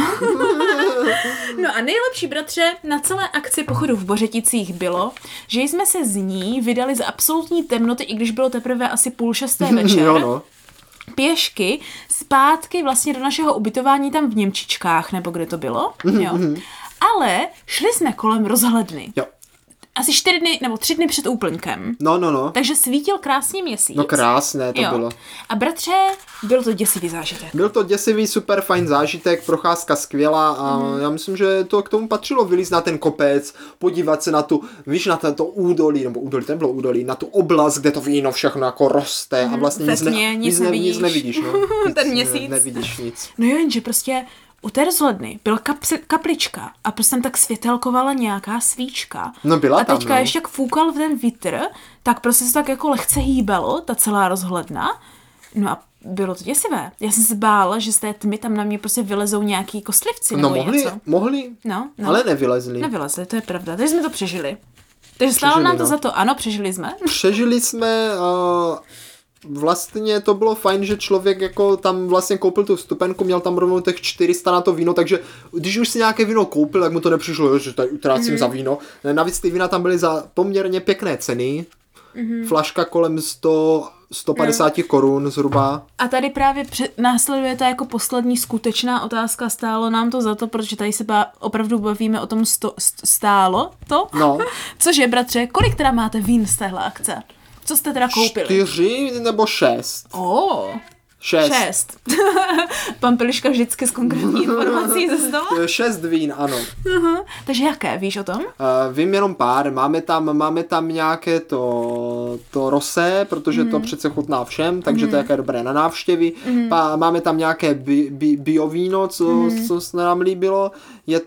[SPEAKER 1] No a nejlepší, bratře, na celé akci pochodu v Bořeticích bylo, že jsme se z ní vydali z absolutní temnoty, i když bylo teprve asi 5:30 večer.
[SPEAKER 2] Jo, no.
[SPEAKER 1] Pěšky zpátky vlastně do našeho ubytování tam v Němčičkách, nebo kde to bylo. Jo. Ale šli jsme kolem rozhledny.
[SPEAKER 2] Jo.
[SPEAKER 1] Asi 4 dny nebo 3 dny před úplňkem.
[SPEAKER 2] No.
[SPEAKER 1] Takže svítil krásný měsíc.
[SPEAKER 2] No krásné to bylo.
[SPEAKER 1] A bratře, byl to děsivý zážitek.
[SPEAKER 2] Byl to děsivý, super fajn zážitek, procházka skvělá a já myslím, že to k tomu patřilo vylízt na ten kopec, podívat se na tu, víš, na to údolí, to nebylo údolí, na tu oblast, kde to víno všechno jako roste a vlastně nic nevidíš. No.
[SPEAKER 1] Ten měsíc.
[SPEAKER 2] Nevidíš nic.
[SPEAKER 1] No jo, jenže prostě u té rozhledny byla kaplička a prostě tam tak světelkovala nějaká svíčka.
[SPEAKER 2] No byla tam,
[SPEAKER 1] a teďka ještě jak foukal v ten vítr, tak prostě se tak jako lehce hýbalo, ta celá rozhledna. No a bylo to děsivé. Já jsem se bála, že z té tmy tam na mě prostě vylezou nějaký kostlivci nebo něco.
[SPEAKER 2] Mohli,
[SPEAKER 1] no.
[SPEAKER 2] Ale nevylezli.
[SPEAKER 1] Nevylezli, to je pravda. Takže jsme to přežili. Takže stálo nám to za to. Ano, přežili jsme.
[SPEAKER 2] Přežili jsme... Vlastně to bylo fajn, že člověk jako tam vlastně koupil tu vstupenku, měl tam rovnou těch 400 na to víno, takže když už si nějaké víno koupil, tak mu to nepřišlo, že tady utrácím za víno. Navíc ty vína tam byly za poměrně pěkné ceny. Flaška kolem 150 korun zhruba. A
[SPEAKER 1] tady právě následuje ta jako poslední skutečná otázka, stálo nám to za to, protože tady se opravdu bavíme o tom stálo to?
[SPEAKER 2] No.
[SPEAKER 1] Cože, bratře, kolik teda máte vín z téhle akce? Co jste teda koupili?
[SPEAKER 2] 4 nebo 6. 6.
[SPEAKER 1] Pan Peliška vždycky s konkrétní informací ze stolu.
[SPEAKER 2] 6 vín, ano.
[SPEAKER 1] Takže jaké, víš o tom?
[SPEAKER 2] Vím jenom pár. Máme tam nějaké to rosé, protože to přece chutná všem, takže to je jaké dobré na návštěvy. Máme tam nějaké biovíno, co se nám líbilo. Je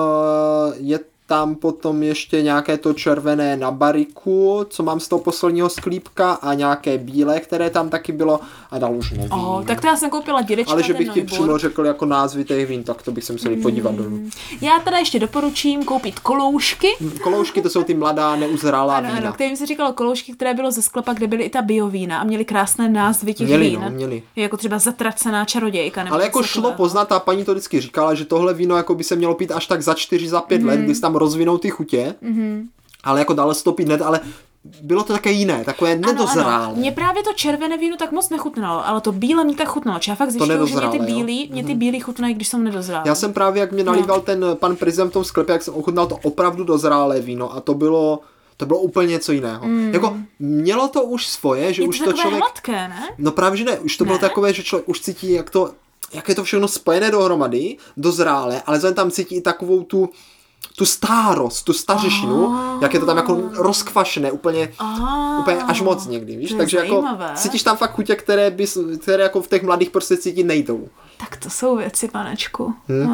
[SPEAKER 2] tam potom ještě nějaké to červené na bariku, co mám z toho posledního sklípka a nějaké bílé, které tam taky bylo a dál už nevím.
[SPEAKER 1] Tak to já jsem koupila dědečka.
[SPEAKER 2] Ale že bych ti přímo řekl jako názvy těch vín, tak to bych se museli podívat dolů.
[SPEAKER 1] Já teda ještě doporučím koupit koloušky.
[SPEAKER 2] Koloušky, to jsou ty mladá, neuzrálá vína.
[SPEAKER 1] Ano, kterým se říkalo koloušky, které bylo ze sklepa, kde byly i ta biovína a měly krásné názvy těch vín.
[SPEAKER 2] Měli.
[SPEAKER 1] Jako třeba Zatracená čarodějka. Nebo
[SPEAKER 2] ale jako šlo poznat, a paní to vždycky říkala, že tohle víno jako by se mělo pít až tak za 4-5 let, kdy se tam rozvinou ty chutě, ale jako dále se to pít ale bylo to také jiné, takové nedozrálé.
[SPEAKER 1] Mně právě to červené víno tak moc nechutnalo, ale to bílé mě tak chutnalo. Já fakt zjišťuju, že mě ty bílý chutnají, když jsou nedozrálé.
[SPEAKER 2] Já jsem právě, jak mě nalíval ten pan prezident v tom sklepě, jak jsem ochutnal to opravdu dozrálé víno a to bylo úplně něco jiného. Jako mělo to už svoje, že
[SPEAKER 1] je
[SPEAKER 2] už
[SPEAKER 1] to
[SPEAKER 2] člověk...
[SPEAKER 1] hladké, ne?
[SPEAKER 2] No právě, že ne. Už to bylo takové, že člověk už cítí, jak je to všechno spojené dohromady, dozrálé, ale zároveň tam cítí i takovou tu stárost, tu stařešinu, jak je to tam jako rozkvašené, úplně až moc někdy, víš? Takže
[SPEAKER 1] zajímavé.
[SPEAKER 2] Jako cítíš tam fakt chutě, které jako v těch mladých prostě cítit nejdou.
[SPEAKER 1] Tak to jsou věci, panečku.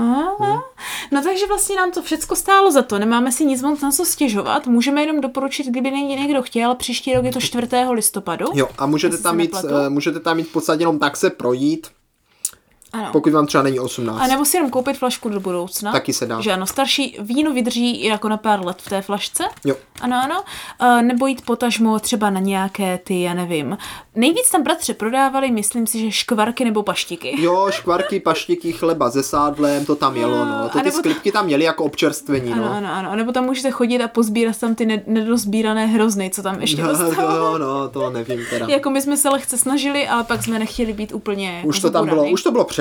[SPEAKER 1] No takže vlastně nám to všecko stálo za to, nemáme si nic moc na co stěžovat, můžeme jenom doporučit, kdyby někdo chtěl, příští rok je to 4. listopadu.
[SPEAKER 2] Jo, a můžete tam mít v podstatě jenom tak se projít.
[SPEAKER 1] Ano.
[SPEAKER 2] Pokud vám třeba není 18.
[SPEAKER 1] A nebo si jenom koupit flašku do budoucna.
[SPEAKER 2] Taky se dá.
[SPEAKER 1] Že ano, starší víno vydrží i jako na pár let v té flašce.
[SPEAKER 2] Jo.
[SPEAKER 1] Ano. Nebo jít potažmo třeba na nějaké ty, já nevím. Nejvíc tam bratře prodávali, myslím si, že škvarky nebo paštiky.
[SPEAKER 2] Jo, škvarky, paštiky, chleba se sádlem, to tam jelo, no. Ty sklipky tam měly jako občerstvení, no.
[SPEAKER 1] Ano. Nebo tam můžete chodit a pozbírat tam ty nedozbírané hrozny, co tam ještě dostalo.
[SPEAKER 2] No, to nevím teda.
[SPEAKER 1] Jako my jsme se lehce snažili, ale pak jsme nechtěli být úplně
[SPEAKER 2] už to tam bylo, už to bylo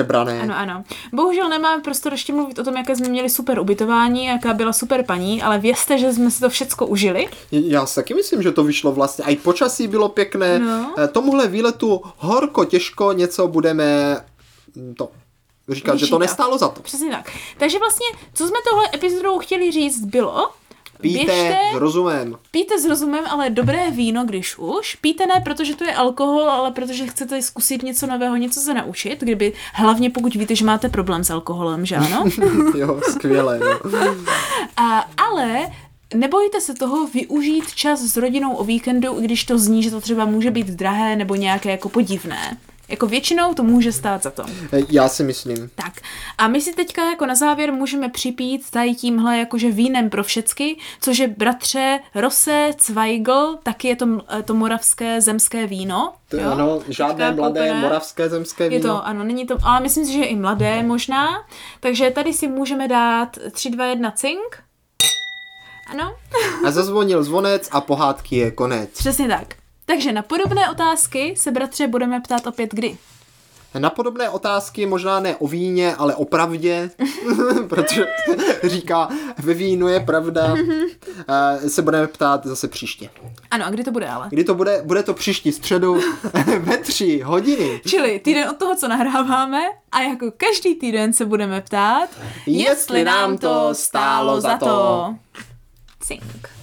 [SPEAKER 2] přebrané.
[SPEAKER 1] Ano. Bohužel nemáme prostor ještě mluvit o tom, jaké jsme měli super ubytování, jaká byla super paní, ale vězte, že jsme si to všecko užili.
[SPEAKER 2] Já si taky myslím, že to vyšlo vlastně. A i počasí bylo pěkné.
[SPEAKER 1] No.
[SPEAKER 2] Tomuhle výletu horko, těžko něco budeme říkat, že to nestálo za to.
[SPEAKER 1] Přesně tak. Takže vlastně, co jsme tohle epizodou chtěli říct, bylo...
[SPEAKER 2] Pijte s rozumem.
[SPEAKER 1] Pijte s rozumem, ale dobré víno, když už. Pijte ne, protože to je alkohol, ale protože chcete zkusit něco nového, něco se naučit. Hlavně pokud víte, že máte problém s alkoholem, že ano?
[SPEAKER 2] Jo, skvělé. No.
[SPEAKER 1] Ale nebojte se toho využít čas s rodinou o víkendu, i když to zní, že to třeba může být drahé nebo nějaké jako podivné. Jako většinou to může stát za to.
[SPEAKER 2] Já si myslím. Tak.
[SPEAKER 1] A my si teďka jako na závěr můžeme připít tady tímhle jakože vínem pro všecky, což je bratře Rose Zweigl, taky je to moravské zemské víno. Jo?
[SPEAKER 2] Ano, žádné teďka mladé koupené. Moravské zemské víno.
[SPEAKER 1] Je to, ano, není to, ale myslím si, že je i mladé možná. Takže tady si můžeme dát 3, 2, 1 cink. Ano.
[SPEAKER 2] A zazvonil zvonec a pohádky je konec.
[SPEAKER 1] Přesně tak. Takže na podobné otázky se, bratře, budeme ptát opět kdy?
[SPEAKER 2] Na podobné otázky, možná ne o víně, ale o pravdě, protože říká, ve vínu je pravda, se budeme ptát zase příště.
[SPEAKER 1] Ano, a kdy to bude ale?
[SPEAKER 2] Kdy to bude? Bude to příští středu ve 3 hodiny.
[SPEAKER 1] Čili týden od toho, co nahráváme, a jako každý týden se budeme ptát,
[SPEAKER 2] jestli nám to stálo za to.
[SPEAKER 1] Cink.